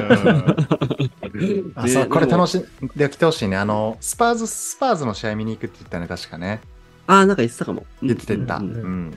あ、そう、これ楽しんで来てほしいね。あの、スパーズ、スパーズの試合見に行くって言ったね、確かね。 ああ、なんか言ってたかも。 言ってた。うん、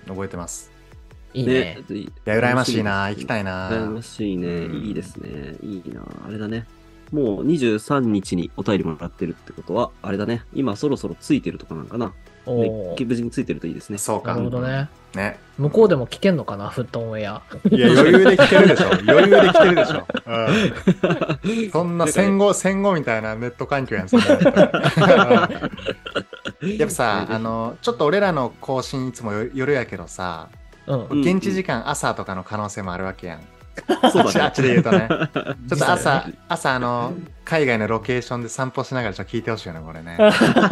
覚えてます。 いいね。 いや、羨ましいな、行きたいな。 羨ましいね。いいですね。いいな。あれだね。もうにじゅうさんにちにお便りもらってるってことは、あれだね。今そろそろついてるとかなんかな。無事についてるといいですね。 そうか。 なるほどね。 ね。 向こうでも聞けんのかな、フットオンエア。 いや、余裕で聞けるでしょ。余裕で聞けるでしょ。うん、そんな戦後、戦後みたいなネット環境やん、そんな。やっぱさ、あの、ちょっと俺らの更新いつも夜やけどさ、うん、現地時間朝とかの可能性もあるわけやん。そうだね、あっちで言うとね。ちょっと朝、朝あの、海外のロケーションで散歩しながらちょっと聞いてほしいよね、これね。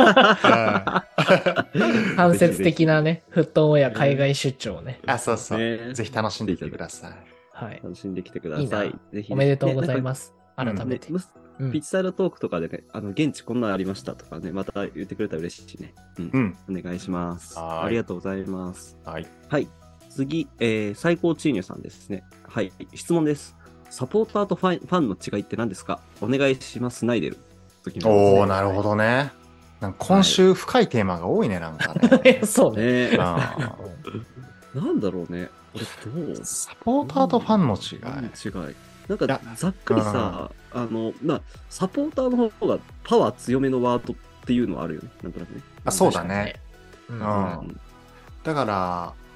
間接的なね、フットオンエア海外出張ね。 あ、そうそう。ね、ぜひ楽しんできてください。 はい。楽しんできてください。いいぜひ、ね。おめでとうございます。改めて。 ね、うん、ピッチサイドトークとかでね、あの、現地こんなのありましたとかね、また言ってくれたら嬉しいしね。うん。うん、お願いします。ありがとうございます。 はい。 はい。次、えー、最高チーニョさんですね。はい。質問です。サポーターとファン、ファンの違いって何ですか？お願いします。ナイデル。 おー、なるほどね。なんか今週深いテーマが多いね、なんかね。 そうね。 なんだろうね。俺どうサポーターとファンの違い。 違い。なんかざっくりさ、あの、まあ、サポーターの方がパワー強めのワードっていうのはあるよね。なんとなくね。 あ、そうだね。うん。だから、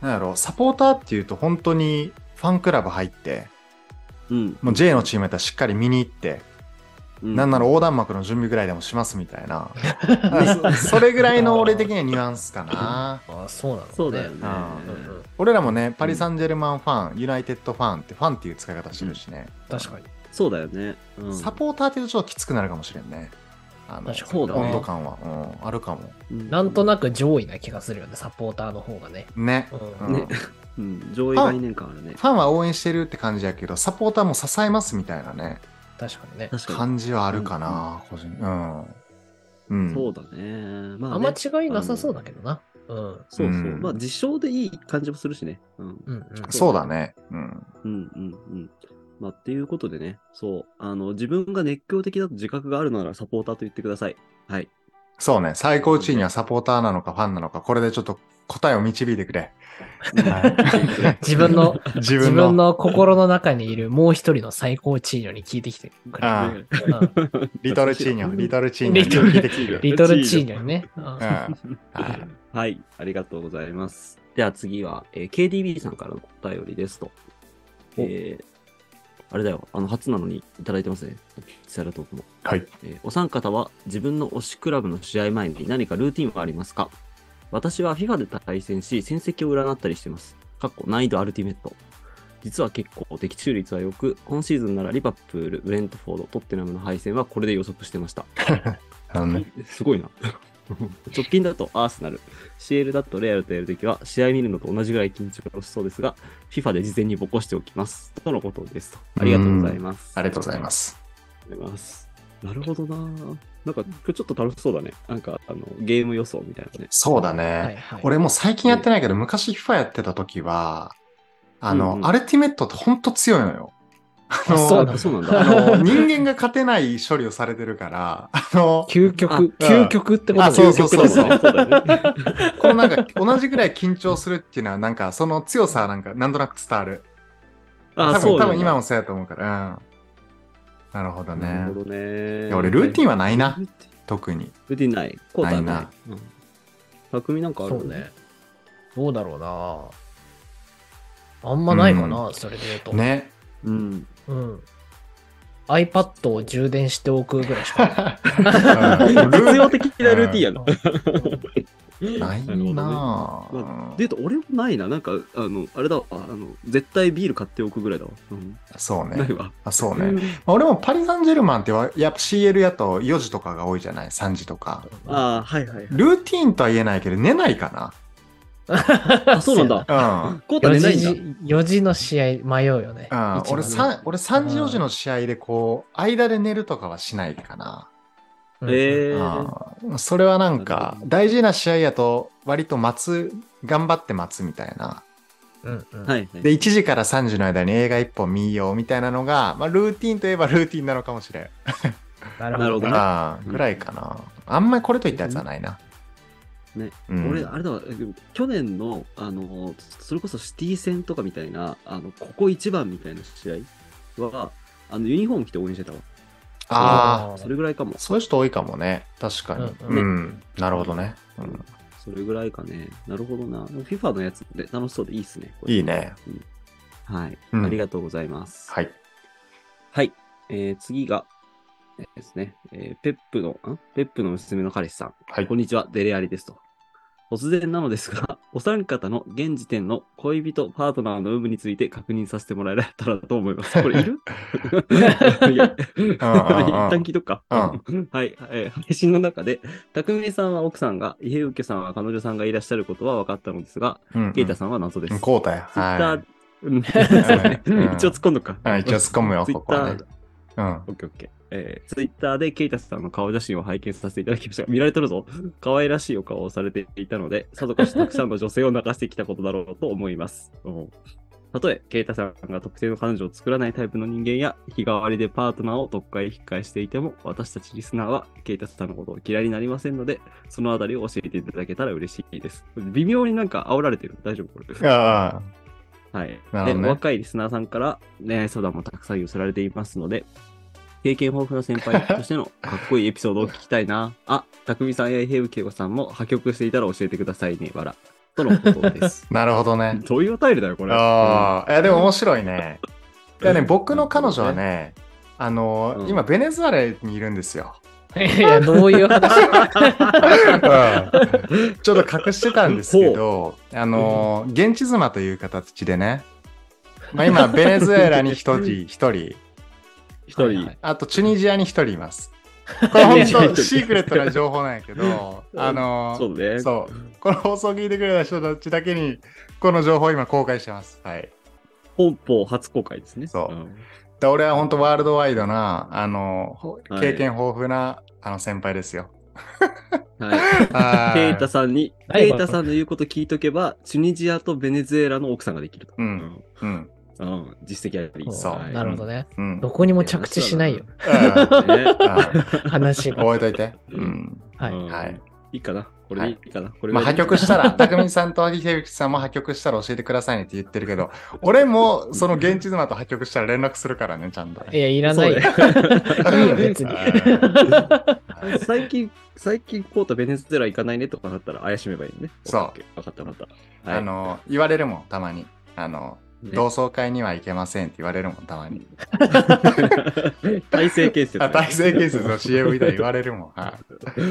なんやろ、サポーターっていうと本当にファンクラブ入って、 うん、 もう J のチームやったらしっかり見に行って、うん、なんなら横断幕の準備ぐらいでもしますみたいな。そ, それぐらいの俺的にはニュアンスかな。 ああ、そうなの、ね、 そうだよね、うんうん。 俺らもね、パリ・サンジェルマンファン、うん、ユナイテッドファンってファンっていう使い方してるしね。 うん、確かに。 そうだよね、うん。 サポーターって言うとちょっときつくなるかもしれんね。あのそうだね、 温度感は、うん、あるかも、 うん。なんとなく上位な気がするよね、サポーターの方がね。 ね。 うん、ねうん、上位概念感あるね。 ファンは応援してるって感じやけど、サポーターも支えますみたいなね。 確かにね。 感じはあるかな、うん、個人。うん。うん。 そうだね。 まあ、ね、あんま違いなさそうだけどな。うん。 そうそう。うん、まあ、実証でいい感じもするしね。うん。 うんうん、 そうだね。うん。 うんうんうん。まあ、っていうことでね、そう。あの、自分が熱狂的だと自覚があるならサポーターと言ってください。はい。 そうね。最高地位にはサポーターなのかファンなのか、これでちょっと答えを導いてくれ。 はい、自分の自分の自分の心の中にいるもう一人の最高チーニョに聞いてきてくれ。ああリトルチーニョ、リトルチーニョに聞いてきてリトルチーニョにね。 はい、はい、ありがとうございます。では次は、えー、ケーディービー さんからのお便りですと。えー、あれだよ、あの初なのにいただいてますね。セラトークも。 はい、 えー。お三方は自分の推しクラブの試合前に何かルーティンはありますか？私は FIFA で対戦し、戦績を占ったりしています。かっこ難易度アルティメット。実は結構的中率は良く、今シーズンならリバプール、ブレントフォード、トッテナムの敗戦はこれで予測してました。 あのね、 すごいな。直近だとアーセナル、シーエル だとレアルとやるときは試合見るのと同じぐらい緊張しそうですが、FIFA で事前にぼこしておきます。とのことです。ありがとうございます。 ありがとうございます。 ありがとうございます。なるほどな。なんか今日ちょっと楽しそうだね。なんかあのゲーム予想みたいなね。 そうだね。はいはい、俺もう最近やってないけど、ね、昔 FIFA やってた時は、あの、うんうん、アルティメットってほんと強いのよ。 あのそうだ、そうなんだ。 あの、人間が勝てない処理をされてるから、あの、 究極、究極ってことだね。そうそうそうそう。このなんか、同じぐらい緊張するっていうのは、なんか、その強さはなんか、なんとなく伝わる。あ、多分、そう多分今もそうやと思うから。うん。なるほどね。 なるほどね。 いや俺、ルーティンはないな。特に。 ルーティンない。 こうだないな。 うん。匠なんかあるそうね。どうだろうな。あんまないかな、うん、それで言うと。 ね。 うん。 うん。iPad を充電しておくぐらいしかない。実用的なルーティンやな。 ないなぁ。 ねまあ、で言うと俺もないな。なんか、あの、あれだわ。あの、絶対ビール買っておくぐらいだわ。うん、 そうね。 ないわ。 あそうね。まあ、俺もパリ・サンジェルマンってやっぱ シーエル やとよじとかが多いじゃない ?さんじとか。 ああ、はいはい、はい。 ルーティーンとは言えないけど、寝ないかな。 あ、そうなんだ。 うん。 コータ寝ないんだ。 よじの試合迷うよね。 うん。俺3、俺さんじよじの試合でこう、間で寝るとかはしないかな。 へえー。 それはなんか、大事な試合やと、割と待つ、頑張って待つみたいな。 うんうん、 はい。 で、いちじからさんじの間に映画いっぽん見ようみたいなのが、まあ、ルーティンといえばルーティンなのかもしれん。 なるほどね。 あぐらいかな。あんまりこれといったやつはないな。 ね、うん、俺、あれだわ、去年の、あの、それこそシティ戦とかみたいな、あの、ここ一番みたいな試合は、あの、ユニフォーム着て応援してたわ。 ああ、 それぐらいかも。 そういう人多いかもね。確かに。うん。うん、なるほどね。うん。 それぐらいかね。なるほどな。FIFA のやつで楽しそうでいいっすね。 いいね、 うん。はい、うん。ありがとうございます。 はい。 はい。えー、次が、えー、ですね、えー、ペップの、んペップの娘の彼氏さん。 はい。 こんにちは、デレアリですと。突然なのですが、お三方の現時点の恋人、パートナーの有無について確認させてもらえたらと思います。これいるいや一旦聞いとくか。はい、えー。配信の中で、匠さんは奥さんが、家受さんは彼女さんがいらっしゃることは分かったのですが、うんうん、ケイタさんは謎です。 こうだよ。 ツイッター、一応突っ込んどくか。 一応突っ込むよ、ここはね。うん。 オッケーオッケー。えー、ツイッターでケイタさんの顔写真を拝見させていただきましたが、見られとるぞ。可愛らしいお顔をされていたので、さぞかしたくさんの女性を泣かしてきたことだろうと思います。たとえ、ケイタさんが特定の彼女を作らないタイプの人間や、日替わりでパートナーを特会引っ換していても、私たちリスナーはケイタさんのことを嫌いになりませんので、そのあたりを教えていただけたら嬉しいです。微妙になんか煽られてる。大丈夫これ。 ああ。はい。で、ね、若いリスナーさんから恋愛相談もたくさん寄せられていますので、経験豊富な先輩としてのかっこいいエピソードを聞きたいな。あ、匠さんやヘウケイゴさんも破局していたら教えてくださいね、わら。 とのことです。 なるほどね。 どういうお便りだよ、これ。 ああ、いや、でも面白いね。いやね、僕の彼女はね、あの、うん、今、ベネズエラにいるんですよ。 いや、どういう話、うん、 ちょっと隠してたんですけど、あの、現地妻という形でね、まあ、今、ベネズエラに一人、一人、 一人、 あとチュニジアに一人います。これ本当シークレットな情報なんやけど、あの、 そうね。 そう。この放送を聞いてくれた人たちだけに、この情報を今公開してます。はい。 本邦初公開ですね。 そう。うん、で俺は本当ワールドワイドな、あの、経験豊富な、はい、あの先輩ですよ。 はい。ケイタさんに、ケイタさんの言うこと聞いとけば、チュニジアとベネズエラの奥さんができると。 うん。うん。 うん、実績あり。 そう、 はい、 なるほどね、 うん。 どこにも着地しないよ。話が。 覚えといて。うん。 はい。 はい。 いいかなこれでいいかな、はい、これまあ破局したら、たくみさんとひでゆきさんも破局したら教えてくださいねって言ってるけど、俺もその現地妻と破局したら連絡するからね、ちゃんと、ね。 いや、いらないよ。いいよ、別に。 最近、最近コータベネズエラ行かないねとかなったら怪しめばいいね。 そう。 分かった分かった。 はい、あの、言われるもん、たまに。あの、ね、同窓会には行けませんって言われるもん、たまに。 体制建設、 ね。体制建設の シーエム みたいに言われるもん。はい。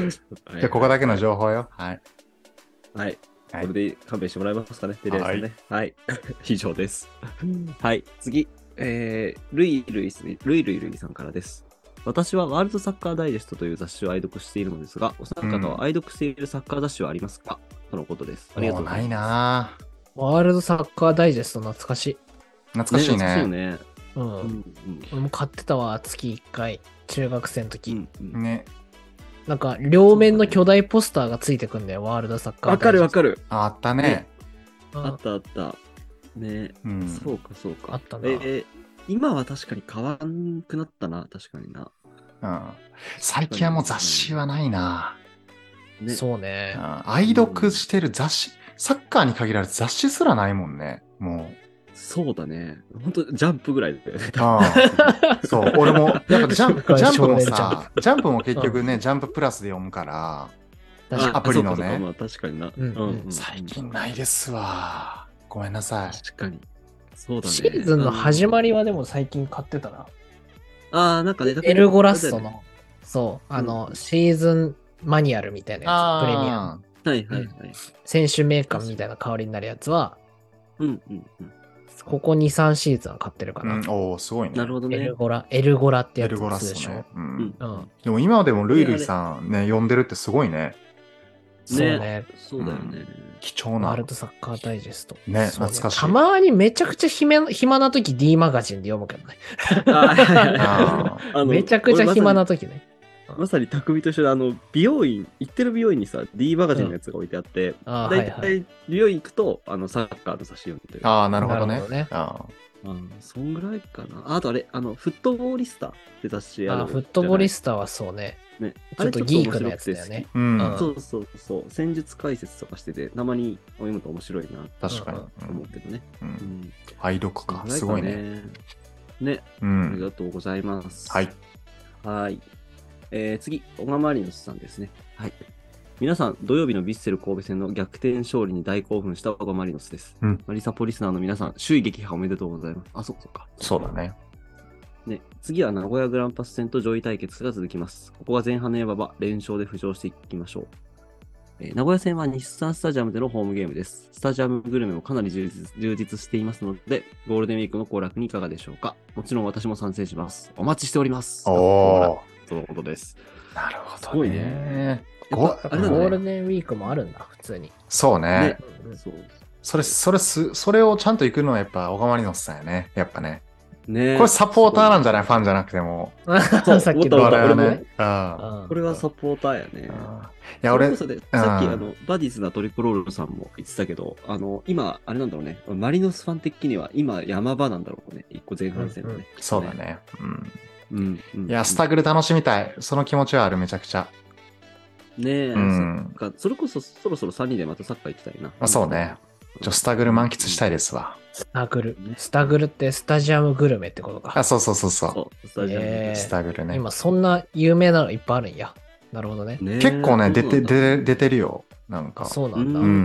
じゃここだけの情報よ。はい。 はい。はい、これで勘弁してもらえますかね、テレビさんね。はい。はい、以上です。はい。次、えー、ルイルイス、ルイルイルイさんからです。私はワールドサッカーダイジェストという雑誌を愛読しているのですが、お三方は愛読しているサッカー雑誌はありますか、うん、とのことです。ありがとうございます。 もうないなぁ。 ワールドサッカーダイジェスト懐かしい。 懐かしいね。 懐かしいよね。 うん。うん、俺も買ってたわ、月いっかい。中学生の時。うんうん、ね。 なんか、両面の巨大ポスターがついてくんだよ、ワールドサッカーダイジェスト。 わかるわかる。 あったね。ねあったあった。ね、うん、そうかそうか。 あったな。 えー、今は確かに買わんくなったな、確かにな。 うん。最近はもう雑誌はないな。 ね、そうね。 愛読してる雑誌。サッカーに限られて雑誌すらないもんね。もう。 そうだね。ほんと、ジャンプぐらいだよね。 ああそう。俺も、やっぱジャンプ、ジャンプもさ、ジャンプも結局ね、うん、ジャンププラスで読むから、アプリのね。 まあ、確かにな、 うんうんうん。最近ないですわ。ごめんなさい。 確かに。そうだね。 シーズンの始まりはでも最近買ってたな。 ああ、なんかね、 エルゴラストの、そう、あの、うん、シーズンマニュアルみたいなやつ、プレミアム。 はいはいはい。 選手名鑑みたいな香りになるやつは、 うんうんうん。 ここに、さんシーズン買ってるかな。 うん、おー、すごいね。 なるほどね。 エルゴラ、エルゴラってやつですでしょ。 ね、うんうん。でも今でもルイルイさんね、呼んでるってすごいね。 そうね。 そうだよね。 貴重な。 ワールドサッカーダイジェスト。 ね、懐かしい。 たまにめちゃくちゃ暇暇な時 D マガジンで読むけどね。めちゃくちゃ暇な時ね。 まさに匠と一緒で、あの、美容院、行ってる美容院にさ、D マガジンのやつが置いてあって、だいたい美容院行くと、あの、サッカーの雑誌読んでる。 ああ、なるほどね。 ねああ、そんぐらいかな。あとあれ、あの、フットボーリスタって雑誌ある。あ、フットボーリスタはそうね。 ね、 ちょっとギークのやつだよね。 うん、 そうそうそう。戦術解説とかしてて、たまに読むと面白いな。 確かに。 思うけどね。 うん。愛読か。すごいね。 ね。うん。ありがとうございます。 はい。 はい。えー、次、小川マリノスさんですね。はい。皆さん、土曜日のヴィッセル神戸戦の逆転勝利に大興奮した小川マリノスです。 うん。 マリサポリスナーの皆さん、首位撃破おめでとうございます。あ、そうそうか。 そうだね。 ね、次は名古屋グランパス戦と上位対決が続きます。ここは前半の山場、連勝で浮上していきましょう。えー、名古屋戦は日産スタジアムでのホームゲームです。スタジアムグルメもかなり充実、充実していますので、ゴールデンウィークの行楽にいかがでしょうか。もちろん私も参戦します。お待ちしております。 おー。とのことです。 なるほど、ね。 すごいね。 ゴールデンウィークもあるんだ、普通に。 そうね。 ねそう。 それ、それす、それをちゃんと行くのはやっぱ小川マリノスさんやね。やっぱね。 ね、 これサポーターなんじゃない？ファンじゃなくても。 そう、さっきの俺ね。 これはサポーターやね。 いや、俺、 さっきあの、バディスなトリコロールさんも言ってたけど、あの、今、あれなんだろうね。マリノスファン的には今、山場なんだろうね。一個前半戦のね。 そうだね。 うん。うん。 いや、スタグル楽しみたい。その気持ちはある、めちゃくちゃ。 ねえ、うん、そっか。それこそそろそろさんにんでまたサッカー行きたいな。 あ、そうね。ちょスタグル満喫したいですわ。 スタグル。スタグルってスタジアムグルメってことか。 あ、そうそうそうそう。 そうスタジアム、 えー、 スタグルね。 今そんな有名なのいっぱいあるんや。 なるほどね。 結構ね、出て、出て、出てるよ。なんか。 そうなんだ。 うん。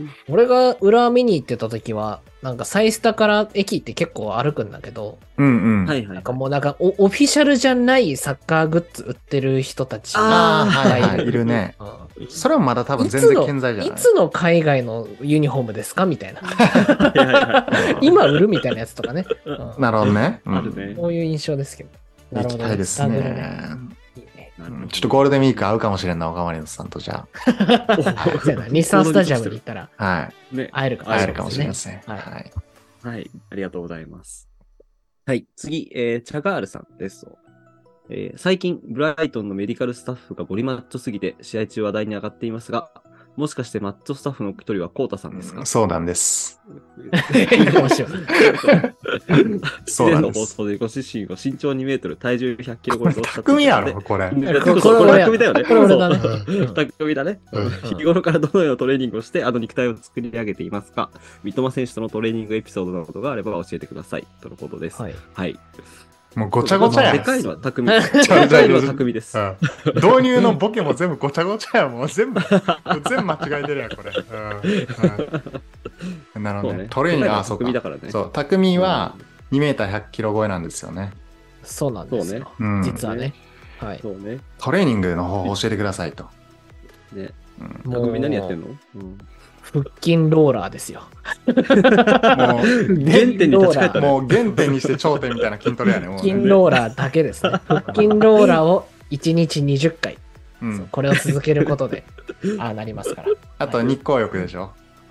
俺が裏見に行ってた時は、なんかサイスタから駅って結構歩くんだけど、 うんうん。 はいはい。なんかもうなんかオ、オフィシャルじゃないサッカーグッズ売ってる人たちが、 はいはい、いるね。それはまだ多分全然健在じゃない。 いつの海外のユニフォームですかみたいな。今売るみたいなやつとかね。 なるほどね。 あるね。 そういう印象ですけど。なるほど。 行きたいですね。ちょっとゴールデンウィーク会うかもしれんな、岡森さんとじゃあ。 そうやな、日産スタジアムに行ったら、 はい。 ね、会えるかもしれない、 会えるかもしれません。はい。 はい。ありがとうございます。はい。次、えー、チャガールさんです。えー、最近、ブライトンのメディカルスタッフがボリマッチョすぎて、試合中話題に上がっていますが、もしかしてマッチョスタッフの一人はコウタさんですか？ そうなんです。 そうなんです。放送でご自身を身長にメートル、体重ひゃっキロ超えとおっしゃって匠やろ、これ。 これ匠だよね。 これ俺だね。 匠だね。日頃からどのようなトレーニングをして、あの肉体を作り上げていますか？三笘選手とのトレーニングエピソードなどがあれば教えてください。とのことです。はい。はい。 もうごちゃごちゃやん。 でかいのは匠。でかいのは匠です。 導入のボケも全部ごちゃごちゃやん。もう全部、全部間違えてるやん、これ。なるほどね。トレーニング、あ、そうか。そう、匠はにメーターひゃっキロ超えなんですよね。 そうなんですよ。実はね。はい。 そうね。 トレーニングの方法教えてくださいと。 ね。匠何やってんの？ 腹筋ローラーですよ。 もう原点に立ち返ったね。もう原点にして頂点みたいな筋トレやね。 腹筋ローラーだけですね。腹筋ローラーをいちにちにじゅっかい。うん、これを続けることで、ああなりますから。 あと日光浴でしょ。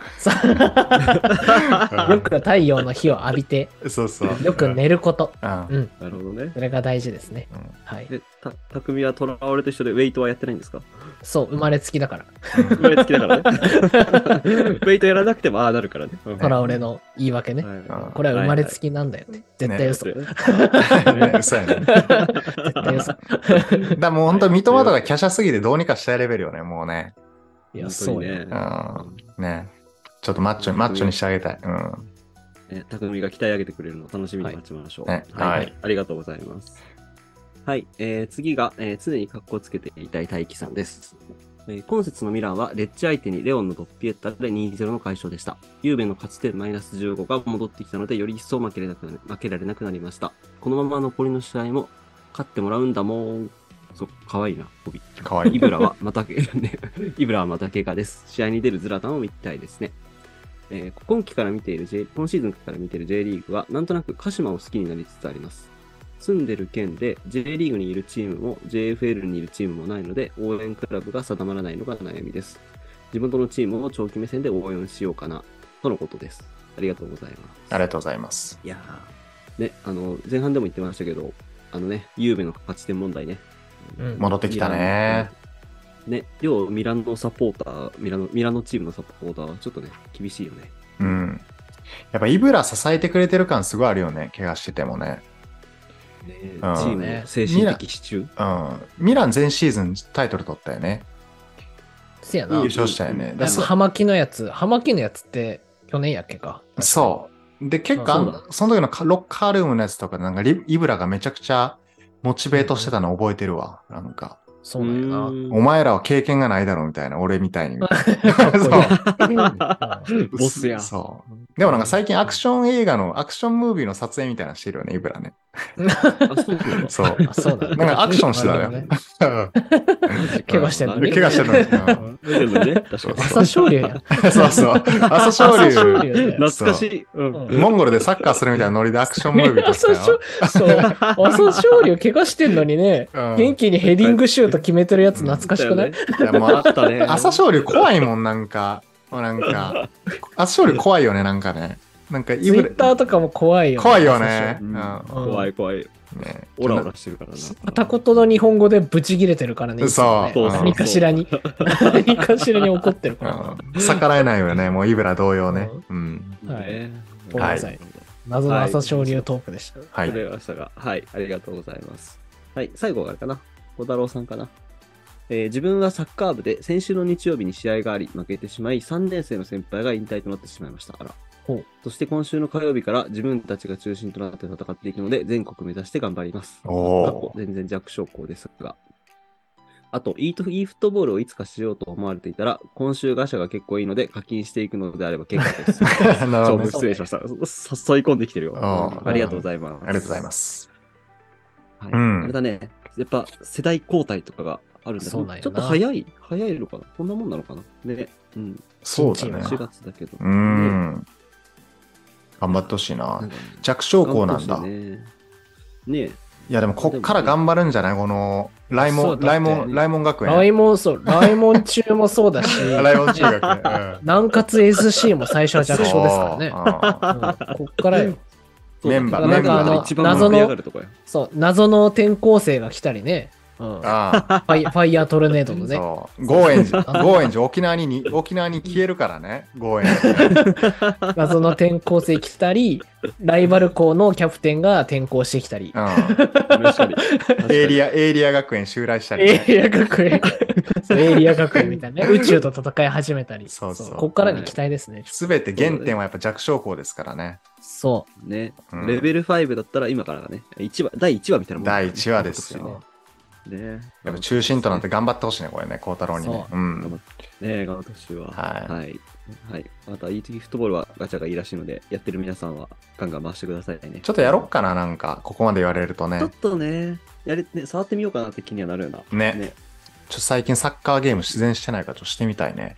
よく太陽の火を浴びて、 そうそう。 よく寝ること。 うん。なるほどね。 それが大事ですね。はい。 で、た、匠はトラオレと一緒でウェイトはやってないんですか？ そう、生まれつきだから。 生まれつきだからね。ウェイトやらなくてもああなるからね。 トラオレの言い訳ね。これは生まれつきなんだよね。絶対嘘。 嘘やね。絶対嘘。だもう本当三笘とか華奢すぎてどうにかしたいレベルよね、もうね。 いや、そうね。 ね。ちょっとマッチョに、マッチョにしてあげたい。うん。 え、匠が鍛え上げてくれるのを楽しみに待ちましょう。 はい。はい。 ありがとうございます。はい。えー、次が、えー、常に格好つけていたい大輝さんです。えー、今節のミランは、レッチ相手にレオンのドッピエッタで にたいゼロ の快勝でした。ゆうべの勝ち点マイナスじゅうごが戻ってきたので、より一層負けれなくなり、負けられなくなりました。このまま残りの試合も勝ってもらうんだもん。そう、かわいいな、ホビ。 かわいい。 イブラはまた、イブラはまた怪我です。試合に出るズラタンを見たいですね。えー、今期から見ている J、今シーズンから見ている J リーグは、なんとなく鹿島を好きになりつつあります。住んでる県で J リーグにいるチームも ジェイエフエル にいるチームもないので、応援クラブが定まらないのが悩みです。自分とのチームを長期目線で応援しようかな、とのことです。ありがとうございます。 ありがとうございます。 いやー、ね、あの、前半でも言ってましたけど、あのね、ゆうべの勝ち点問題ね。 うん、戻ってきたね。 ね、両ミラノサポーター、ミラノ、ミラノチームのサポーターはちょっとね、厳しいよね。 うん。やっぱイブラ支えてくれてる感すごいあるよね、怪我しててもね。 ね、うん、チームの精神的支柱。 うん。ミラン前シーズンタイトル取ったよね。 せやな。 優勝したよね。 だハマキのやつ、ハマキのやつって去年やっけか。 そう。で、結構、その時のロッカールームのやつとか、なんかイブラがめちゃくちゃモチベートしてたの覚えてるわ。なんか。 そうなんやな。 お前らは経験がないだろうみたいな、俺みたいに。そう。 ボスや。 そう。でもなんか最近アクション映画の、アクションムービーの撮影みたいなのしてるよね、イブラね。そう。 そうだね。 なんかアクションしてたよ。 怪我してんのに。 怪我してんのに。 朝青龍や。 そうそう。朝青龍。 懐かしい。 モンゴルでサッカーするみたいなノリでアクションムービーとかよ。 そう。朝青龍怪我してんのにね、元気にヘディングシュート決めてるやつ懐かしくない？いやもうあったね。朝青龍怖いもん、なんか。なんか、朝青龍怖いよね、なんかね。なんか、 ツイッターとかも怖いよね。 怖いよね。 怖い怖い。ね、オラオラしてるからな。 片言の日本語でブチ切れてるからね。 そう。 何かしらに。何かしらに怒ってるから。 逆らえないよね、もうイブラ同様ね。うん。 はい。ごめんなさい。謎の朝青龍トークでした。 はい。わかりましたが、はい。ありがとうございます。はい。最後があれかな。小太郎さんかな。えー、自分はサッカー部で先週の日曜日に試合があり負けてしまいさんねん生の先輩が引退となってしまいました。あら。ほう。そして今週の火曜日から自分たちが中心となって戦っていくので全国目指して頑張ります。 お全然弱小校ですが。 あと、e フットボールをいつかしようと思われていたら、今週ガシャが結構いいので課金していくのであれば結構です。 なるほどね長文失礼しました。誘い込んできてるよ。 あありがとうございます。 ありがとうございます。 はいうん、 あれだね。やっぱ世代交代とかがあるんだけど、ちょっと早い、早いのかなこんなもんなのかなね。うん。 そうだね。 しがつだけど。 うん。ね、頑張ってほしいな。弱小校なんだ。 ねねいやでもこっから頑張るんじゃないこのライモン、ライモン、ライモン学園。 ライモン、そう、ライモン中もそうだし。 ライモン中学ね。 うん、南葛 エスシー も最初は弱小ですからね。うん、こっからよ。 メンバー、 なんかあの、謎の、そう、謎の転校生が来たりね。うん、あファイファイヤートルネードのね。 そう。ゴーエンジ、ゴーエンジ、沖縄に、沖縄に消えるからね、ゴーエンジ。謎の転校生来たり、ライバル校のキャプテンが転校してきたり。うん、 エイリア、エイリア学園襲来したり、 ね。エイリア学園。エイリア学園みたいなね。宇宙と戦い始めたり。そうそう。こっからに期待ですね。 すべて原点はやっぱ弱小校ですからね。 そう。 ね。うん、レベルファイブだったら今からがね、いちわ、だいいちわみたいなもん、ね。 だいいちわですよ。ね、やっぱ中心となって頑張ってほしいね、これね、孝太郎にね。うん。 ね頑張ってほしいわ。はい。はい。はい。また e フットボールはガチャがいいらしいので、やってる皆さんはガンガン回してくださいね。 ちょっとやろっかな、なんか、ここまで言われるとね。 ちょっとね、やれね触ってみようかなって気にはなるよな。 ね。ねちょっと最近サッカーゲーム自然してないから、ちょっとしてみたいね。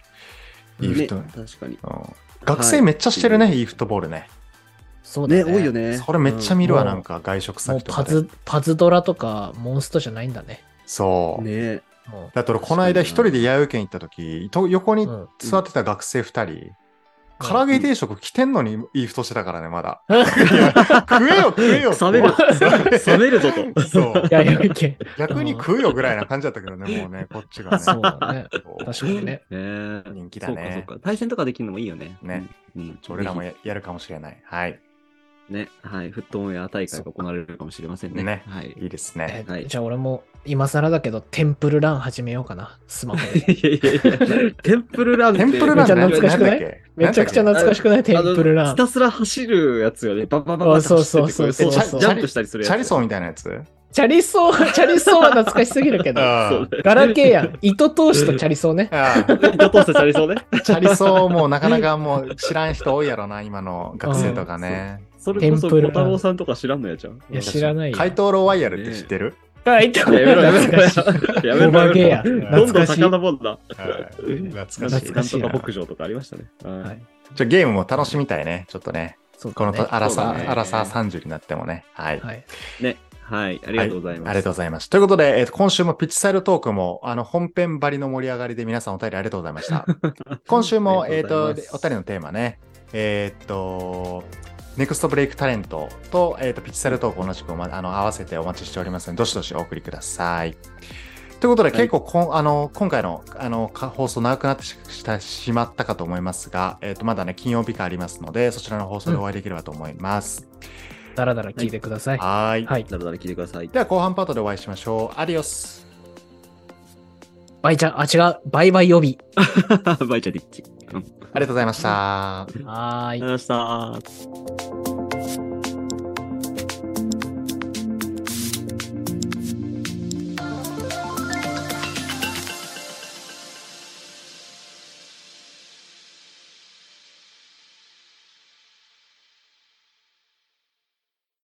e フット、ね、確かに、 うん。学生めっちゃしてるね、はい、e フットボールね。 そうだね。 ね、多いよね。 それめっちゃ見るわ、うん、なんか外食先とかで。 パズ、パズドラとかモンストじゃないんだね。 そう。 ねだって俺この間一人で弥生県行った時、横に座ってた学生二人、うん、唐揚げ定食来てんのにいい太してたからね、まだ。食えよ食えよ冷める。冷めるぞと。 そう。 弥生県。 逆に食うよぐらいな感じだったけどね、もうね、こっちがね。 そうだね。確かにね。 人気だね。 そうかそうか。対戦とかできるのもいいよね。 ね。うん。俺らも や, やるかもしれない。はい。 ね、はい。フットオンエア大会が行われるかもしれませんね。 ね。 はい。 いいですね。 はい、じゃあ俺も今更だけど、テンプルラン始めようかな。スマホで。 いやいやいや、テンプルランって。 テンプルランめっちゃ懐かしくないめちゃくちゃ懐かしくないテンプルラン。 ひたすら走るやつよね。バババババそうそうそうそう。 ジャンプしたりするやつ。 チャリソーみたいなやつチャリソー、チャリソーは懐かしすぎるけど。ガラケーやん。糸通しとチャリソーね。 糸通しとチャリソーね。 チャリソーもなかなかもう知らん人多いやろな、今の学生とかね。 それこそ小太郎さんとか知らんのやじゃん。いや、知らないよ。 怪盗ローワイヤルって知ってる？ 怪盗ローワイヤル。やめろやめろ。やめろやめろ。 どんどん遡んだ。 懐かしい。 なんとか牧場とかありましたね。はい。 じゃゲームも楽しみたいね。ちょっとね。このアラサー、アラサーさんじゅうになってもね。はい。 ね。はい。ありがとうございます。 ありがとうございます。ということで、えー、今週もピッチサイドトークも、あの、本編張りの盛り上がりで皆さんお便りありがとうございました。今週も、えっと、お便りのテーマね、えー、っと、ネクストブレイクタレントと、えー、とピッチサイドトーク同じく、ま、あの合わせてお待ちしておりますので、どしどしお送りください。ということで、はい、結構こんあの今回のあの放送長くなって し, しまったかと思いますが、えー、とまだね、金曜日間ありますので、そちらの放送でお会いできればと思います。 うん、だらだら聞いてください。 はい。 はい。だらだら聞いてください。 では、後半パートでお会いしましょう。アディオス。 バイちゃん、あ、違う。バイバイ予備。 バイちゃんディッチ。 ありがとうございました。はーい。 ありがとうございました。